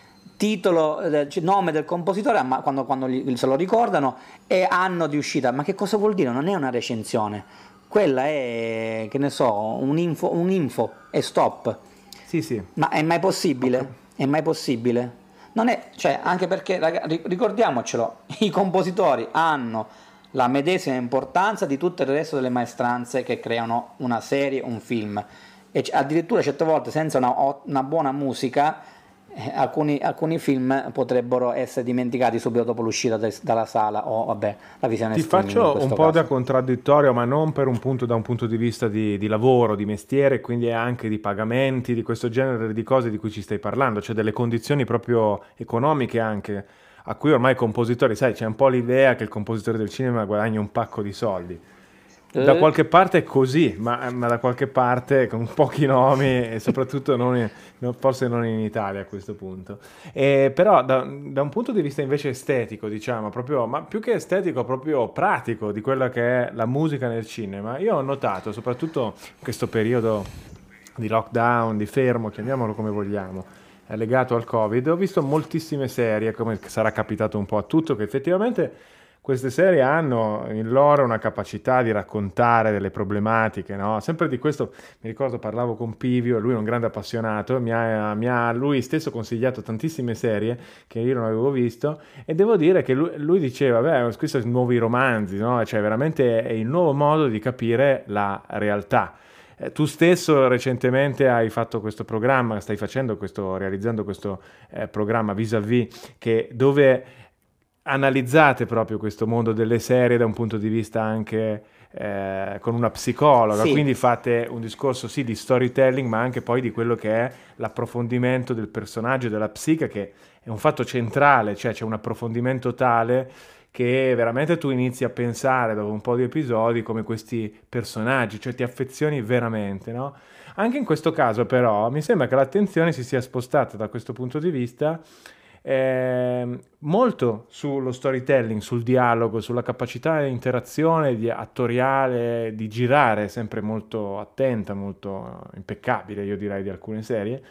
titolo, del, nome del compositore, ma quando, quando gli, se lo ricordano, e anno di uscita. Ma che cosa vuol dire? Non è una recensione, quella è, che ne so, un info, un info e stop. Sì, sì. Ma è mai possibile? Okay. È mai possibile? Non è, cioè, anche perché, ragazzi, ricordiamocelo, i compositori hanno la medesima importanza di tutto il resto delle maestranze che creano una serie, un film. E addirittura certe volte senza una, una buona musica eh, alcuni, alcuni film potrebbero essere dimenticati subito dopo l'uscita de, dalla sala o vabbè la visione ti faccio un po' caso. Da contraddittorio, ma non per un punto da un punto di vista di, di lavoro, di mestiere, quindi anche di pagamenti, di questo genere di cose di cui ci stai parlando, cioè delle condizioni proprio economiche anche a cui ormai i compositori, sai, c'è un po' l'idea che il compositore del cinema guadagna un pacco di soldi. Da qualche parte è così, ma, ma da qualche parte con pochi nomi e soprattutto non in, no, forse non in Italia a questo punto. E però da, da un punto di vista invece estetico, diciamo, proprio, ma più che estetico, proprio pratico di quella che è la musica nel cinema, io ho notato, soprattutto in questo periodo di lockdown, di fermo, chiamiamolo come vogliamo, legato al Covid, ho visto moltissime serie, come sarà capitato un po' a tutto, che effettivamente queste serie hanno in loro una capacità di raccontare delle problematiche, no? Sempre di questo mi ricordo parlavo con Pivio, lui è un grande appassionato, mi ha, mi ha lui stesso consigliato tantissime serie che io non avevo visto e devo dire che lui, lui diceva, beh, questi sono nuovi romanzi, no? Cioè veramente è il nuovo modo di capire la realtà. Eh, tu stesso recentemente hai fatto questo programma, stai facendo questo, realizzando questo eh, programma Vis-a-Vis, che dove analizzate proprio questo mondo delle serie da un punto di vista anche eh, con una psicologa, sì. Quindi fate un discorso sì di storytelling, ma anche poi di quello che è l'approfondimento del personaggio e della psiche, che è un fatto centrale, cioè c'è un approfondimento tale che veramente tu inizi a pensare dopo un po' di episodi come questi personaggi, cioè ti affezioni veramente, no? Anche in questo caso però mi sembra che l'attenzione si sia spostata da questo punto di vista Eh, molto sullo storytelling, sul dialogo, sulla capacità di interazione di attoriale, di girare sempre molto attenta, molto impeccabile, io direi, di alcune serie,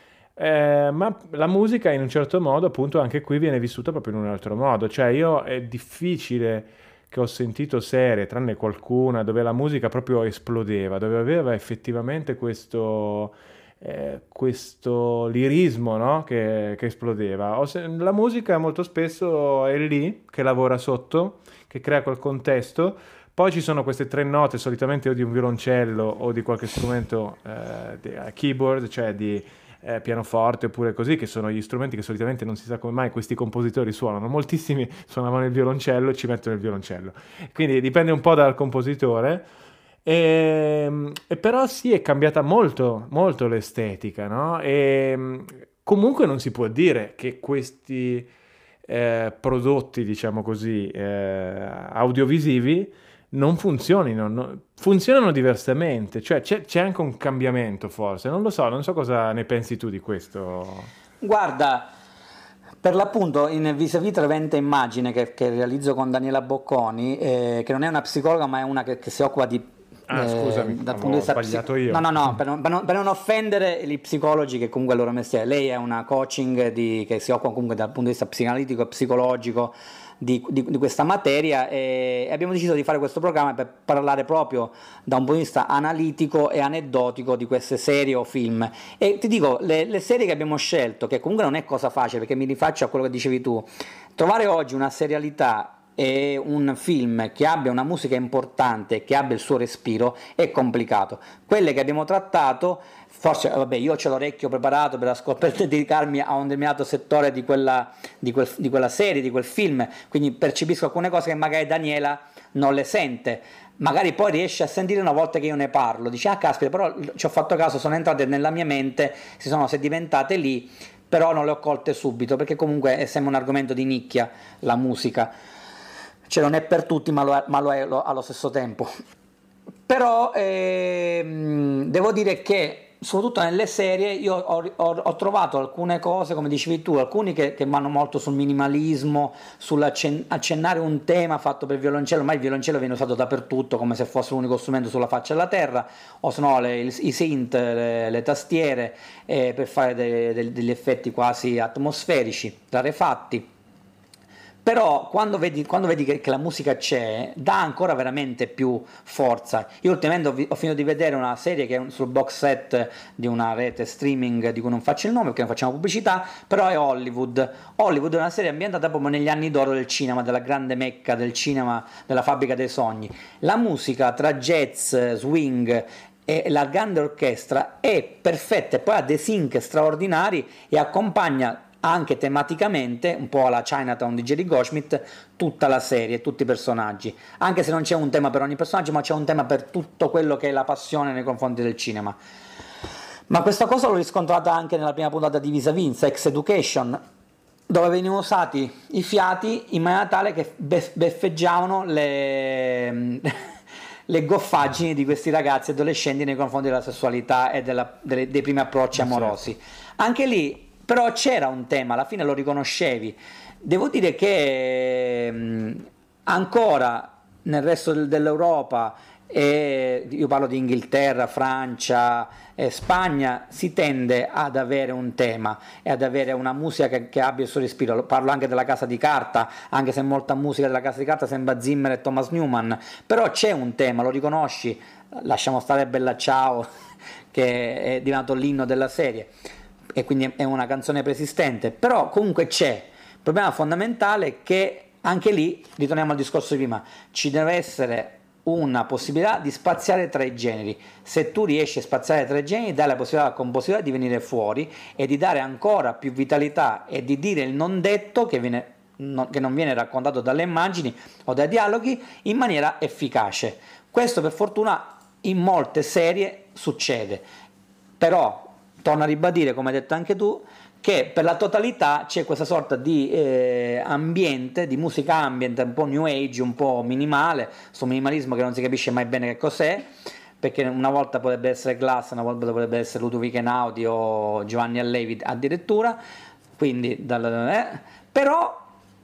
eh, ma la musica in un certo modo appunto anche qui viene vissuta proprio in un altro modo, cioè io è difficile che ho sentito serie, tranne qualcuna, dove la musica proprio esplodeva, dove aveva effettivamente questo Eh, questo lirismo, no? che, che esplodeva. O se, la musica molto spesso è lì, che lavora sotto, che crea quel contesto, poi ci sono queste tre note, solitamente o di un violoncello o di qualche strumento eh, di, uh, keyboard, cioè di, eh, pianoforte oppure così, che sono gli strumenti che solitamente non si sa come mai questi compositori suonano. Moltissimi suonavano il violoncello e ci mettono il violoncello. Quindi dipende un po' dal compositore. E, e però sì, è cambiata molto, molto l'estetica, no? E comunque non si può dire che questi eh, prodotti, diciamo così, eh, audiovisivi non funzionino, no? Funzionano diversamente, cioè c'è, c'è anche un cambiamento forse, non lo so, non so cosa ne pensi tu di questo. Guarda, per l'appunto in Vis-a-vis Trevente Immagine che, che realizzo con Daniela Bocconi, eh, che non è una psicologa ma è una che, che si occupa di Ah, scusami, eh, dal punto ho di vista sbagliato psi- io. No, no, no, per non, per non- per non offendere gli psicologi che comunque è il loro mestiere. Lei è una coaching di- che si occupa comunque dal punto di vista psicanalitico e psicologico di, di- di questa materia e abbiamo deciso di fare questo programma per parlare proprio da un punto di vista analitico e aneddotico di queste serie o film. E ti dico, le, le serie che abbiamo scelto, che comunque non è cosa facile perché mi rifaccio a quello che dicevi tu, trovare oggi una serialità e un film che abbia una musica importante, che abbia il suo respiro, è complicato. Quelle che abbiamo trattato, forse vabbè, io ho l'orecchio preparato per, ascol- per dedicarmi a un determinato settore di quella, di, quel, di quella serie, di quel film, quindi percepisco alcune cose che magari Daniela non le sente. Magari poi riesce a sentire una volta che io ne parlo, dice ah caspita, però ci ho fatto caso, sono entrate nella mia mente, si sono sedimentate lì, però non le ho colte subito, perché comunque è sempre un argomento di nicchia la musica. Cioè non è per tutti ma lo è, ma lo è lo, allo stesso tempo. Però ehm, devo dire che soprattutto nelle serie io ho, ho, ho trovato alcune cose, come dicevi tu, alcuni che, che vanno molto sul minimalismo, sull'accennare un tema fatto per violoncello, ma il violoncello viene usato dappertutto come se fosse l'unico strumento sulla faccia della terra, o se no le, i synth, le, le tastiere eh, per fare de, de, degli effetti quasi atmosferici, rarefatti. Però quando vedi, quando vedi che, che la musica c'è, dà ancora veramente più forza. Io ultimamente ho, ho finito di vedere una serie che è sul box set di una rete streaming di cui non faccio il nome perché non facciamo pubblicità, però è Hollywood. Hollywood è una serie ambientata proprio negli anni d'oro del cinema, della grande mecca del cinema, della fabbrica dei sogni. La musica tra jazz, swing e la grande orchestra è perfetta e poi ha dei sync straordinari e accompagna anche tematicamente, un po' alla Chinatown di Jerry Goldsmith, tutta la serie, tutti i personaggi, anche se non c'è un tema per ogni personaggio, ma c'è un tema per tutto quello che è la passione nei confronti del cinema. Ma questa cosa l'ho riscontrata anche nella prima puntata di Vis-a-Vis, Sex Education, dove venivano usati i fiati in maniera tale che beffeggiavano le... le goffaggini di questi ragazzi adolescenti nei confronti della sessualità e della, delle, dei primi approcci amorosi. Anche lì però c'era un tema, alla fine lo riconoscevi. Devo dire che mh, ancora nel resto del, dell'Europa, e io parlo di Inghilterra, Francia e Spagna, si tende ad avere un tema e ad avere una musica che, che abbia il suo respiro. Parlo anche della Casa di Carta, anche se molta musica della Casa di Carta sembra Zimmer e Thomas Newman, però c'è un tema, lo riconosci. Lasciamo stare Bella Ciao che è diventato l'inno della serie e quindi è una canzone preesistente, però comunque c'è. Il problema fondamentale è che anche lì, ritorniamo al discorso di prima, ci deve essere una possibilità di spaziare tra i generi. Se tu riesci a spaziare tra i generi, dai la possibilità al compositore di venire fuori e di dare ancora più vitalità e di dire il non detto che, viene, no, che non viene raccontato dalle immagini o dai dialoghi in maniera efficace. Questo per fortuna in molte serie succede, però torno a ribadire, come hai detto anche tu, che per la totalità c'è questa sorta di eh, ambiente, di musica ambient, un po' new age, un po' minimale, questo minimalismo che non si capisce mai bene che cos'è, perché una volta potrebbe essere Glass, una volta potrebbe essere Ludovico Einaudi o Giovanni Allevi addirittura, quindi dal, eh, però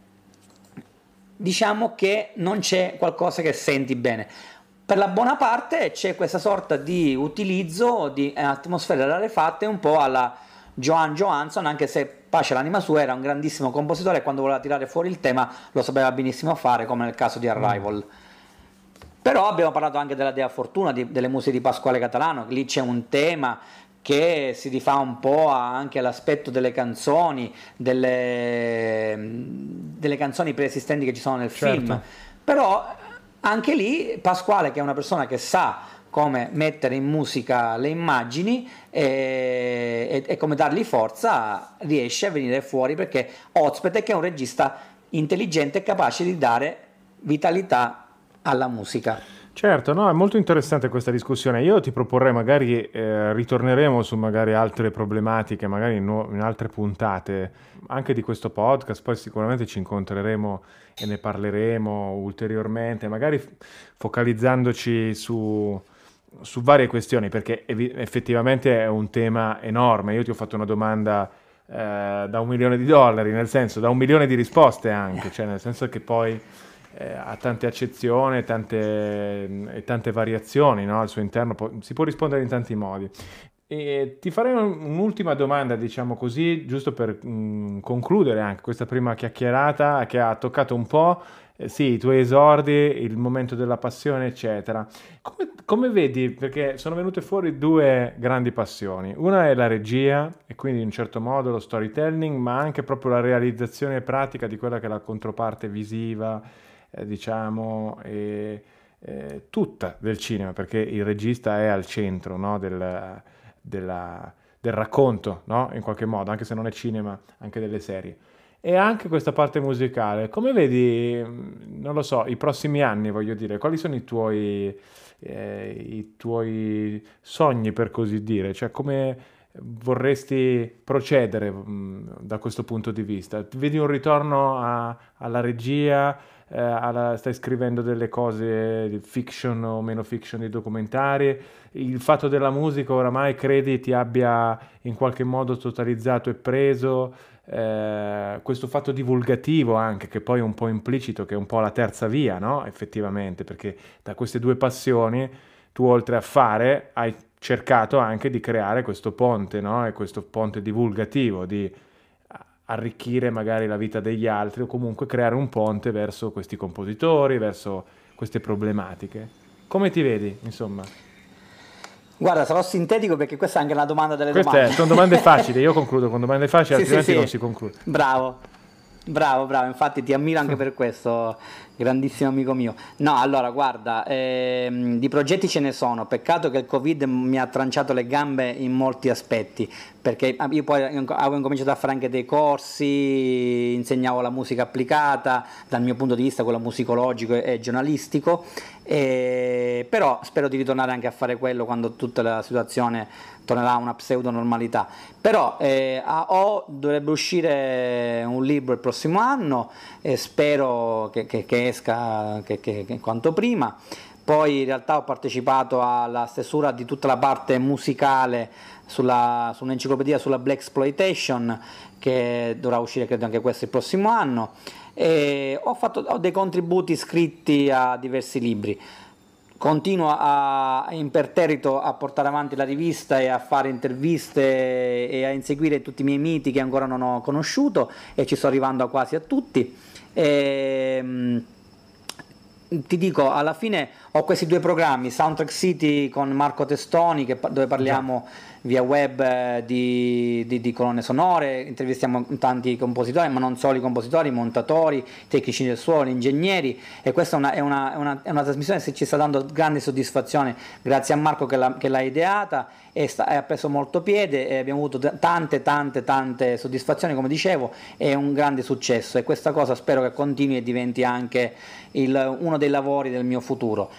diciamo che non c'è qualcosa che senti bene. Per la buona parte c'è questa sorta di utilizzo di atmosfere rarefatte un po' alla Johan Johansson, anche se pace l'anima sua, era un grandissimo compositore e quando voleva tirare fuori il tema lo sapeva benissimo fare, come nel caso di Arrival. Mm. Però abbiamo parlato anche della Dea Fortuna, di, delle musiche di Pasquale Catalano, lì c'è un tema che si rifà un po' anche all'aspetto delle canzoni, delle, delle canzoni preesistenti che ci sono nel certo. film, però anche lì Pasquale, che è una persona che sa come mettere in musica le immagini e, e, e come dargli forza, riesce a venire fuori, perché Ozpete che è un regista intelligente e capace di dare vitalità alla musica. Certo, no, è molto interessante questa discussione. Io ti proporrei, magari eh, ritorneremo su magari altre problematiche, magari in, nu- in altre puntate anche di questo podcast, poi sicuramente ci incontreremo e ne parleremo ulteriormente, magari f- focalizzandoci su, su varie questioni, perché ev- effettivamente è un tema enorme. Io ti ho fatto una domanda eh, da un milione di dollari, nel senso, da un milione di risposte anche, cioè nel senso che poi Eh, ha tante accezioni tante, e tante variazioni, no? Al suo interno po- si può rispondere in tanti modi. E ti farei un- un'ultima domanda, diciamo così, giusto per mh, concludere anche questa prima chiacchierata che ha toccato un po', eh, sì, i tuoi esordi, il momento della passione, eccetera. Come, come vedi, perché sono venute fuori due grandi passioni. Una è la regia, e quindi in un certo modo lo storytelling, ma anche proprio la realizzazione pratica di quella che è la controparte visiva, Eh, diciamo, e, eh, tutta del cinema, perché il regista è al centro, no, del, della, del racconto, no, in qualche modo, anche se non è cinema, anche delle serie. E anche questa parte musicale. Come vedi, non lo so, i prossimi anni, voglio dire, quali sono i tuoi, eh, i tuoi sogni, per così dire? Cioè, come vorresti procedere mh, da questo punto di vista? Vedi un ritorno a- alla regia? Eh, alla- stai scrivendo delle cose di fiction o meno fiction, di documentari? Il fatto della musica oramai credi ti abbia in qualche modo totalizzato e preso? Eh, questo fatto divulgativo anche, che poi è un po' implicito, che è un po' la terza via, no? Effettivamente, perché da queste due passioni tu, oltre a fare, hai cercato anche di creare questo ponte, no? E questo ponte divulgativo, di arricchire magari la vita degli altri, o comunque creare un ponte verso questi compositori, verso queste problematiche. Come ti vedi, insomma? Guarda, sarò sintetico perché questa è anche una domanda delle Queste domande. sono domande facili, io concludo con domande facili, Sì, altrimenti sì, sì. non si conclude. Bravo, bravo, bravo, infatti ti ammiro anche per questo, grandissimo amico mio. No, allora, guarda, ehm, di progetti ce ne sono, peccato che il Covid mi ha tranciato le gambe in molti aspetti, perché io poi avevo incominciato a fare anche dei corsi, insegnavo la musica applicata, dal mio punto di vista quello musicologico e giornalistico, e, però spero di ritornare anche a fare quello quando tutta la situazione tornerà a una pseudo normalità. Però eh, a O dovrebbe uscire un libro il prossimo anno e spero che, che, che esca che, che, che quanto prima. Poi in realtà ho partecipato alla stesura di tutta la parte musicale sulla, su un'enciclopedia sulla Black Exploitation, che dovrà uscire credo anche questo il prossimo anno, e ho fatto ho dei contributi scritti a diversi libri. Continuo a, imperterrito a portare avanti la rivista e a fare interviste e a inseguire tutti i miei miti che ancora non ho conosciuto, e ci sto arrivando a quasi a tutti. E, ti dico, alla fine ho questi due programmi, Soundtrack City con Marco Testoni, che, dove parliamo via web eh, di, di, di colonne sonore, intervistiamo tanti compositori, ma non solo i compositori, montatori, tecnici del suono, ingegneri, e questa è una, è una, è una, è una trasmissione che ci sta dando grande soddisfazione, grazie a Marco che l'ha, che l'ha ideata, e, sta, e ha preso molto piede, e abbiamo avuto tante tante tante soddisfazioni, come dicevo, è un grande successo, e questa cosa spero che continui e diventi anche il, uno dei lavori del mio futuro.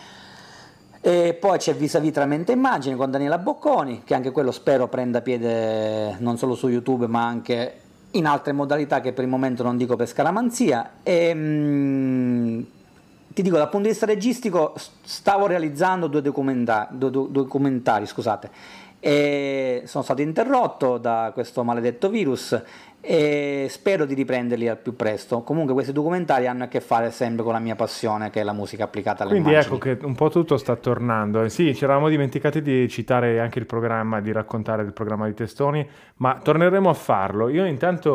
E poi c'è Vis-a-vis tra mente e immagine con Daniela Bocconi, che anche quello spero prenda piede non solo su YouTube ma anche in altre modalità che per il momento non dico per scaramanzia. E mh, ti dico, dal punto di vista registico stavo realizzando due, documenta- due, due documentari, scusate, e sono stato interrotto da questo maledetto virus, e spero di riprenderli al più presto. Comunque questi documentari hanno a che fare sempre con la mia passione, che è la musica applicata alle Quindi immagini. ecco che un po' tutto sta tornando. Sì, ci eravamo dimenticati di citare anche il programma, di raccontare del programma di Testoni, ma torneremo a farlo. Io intanto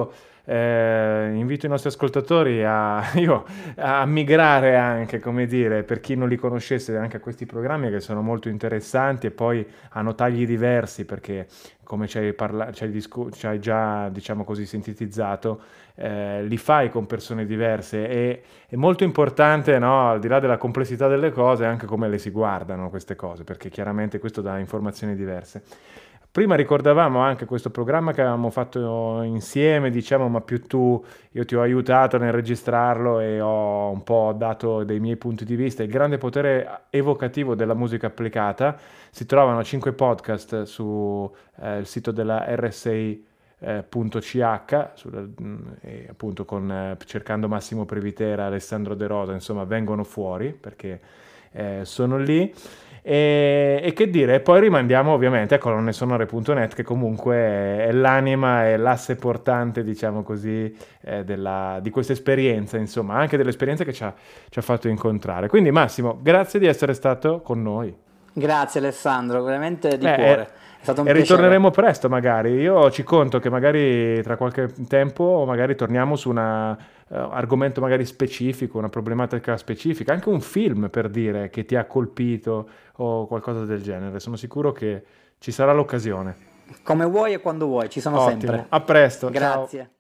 eh, invito i nostri ascoltatori a, io, a migrare anche, come dire, per chi non li conoscesse, anche a questi programmi che sono molto interessanti e poi hanno tagli diversi perché, come ci hai, parla- ci hai, discu- ci hai già, diciamo così, sintetizzato, eh, li fai con persone diverse e è molto importante, no, al di là della complessità delle cose, anche come le si guardano queste cose, perché chiaramente questo dà informazioni diverse. Prima ricordavamo anche questo programma che avevamo fatto insieme, diciamo, ma più tu, io ti ho aiutato nel registrarlo e ho un po' dato dei miei punti di vista. Il grande potere evocativo della musica applicata. Si trovano cinque podcast sul eh, sito della R S I punto C H, sul, e appunto con, eh, cercando Massimo Previtera, Alessandro De Rosa, insomma vengono fuori perché eh, sono lì. E, e che dire, poi rimandiamo ovviamente a colonne sonore punto net che comunque è, è l'anima e l'asse portante, diciamo così, eh, della, di questa esperienza, insomma, anche dell'esperienza che ci ha, ci ha fatto incontrare. Quindi Massimo, grazie di essere stato con noi. Grazie Alessandro, veramente di eh, cuore. È stato un e piacere. Ritorneremo presto magari. Io ci conto che magari tra qualche tempo magari torniamo su un Uh, argomento magari specifico, una problematica specifica, anche un film per dire che ti ha colpito o qualcosa del genere. Sono sicuro che ci sarà l'occasione. Come vuoi e quando vuoi, ci sono Ottimo. sempre. A presto. Grazie. Ciao.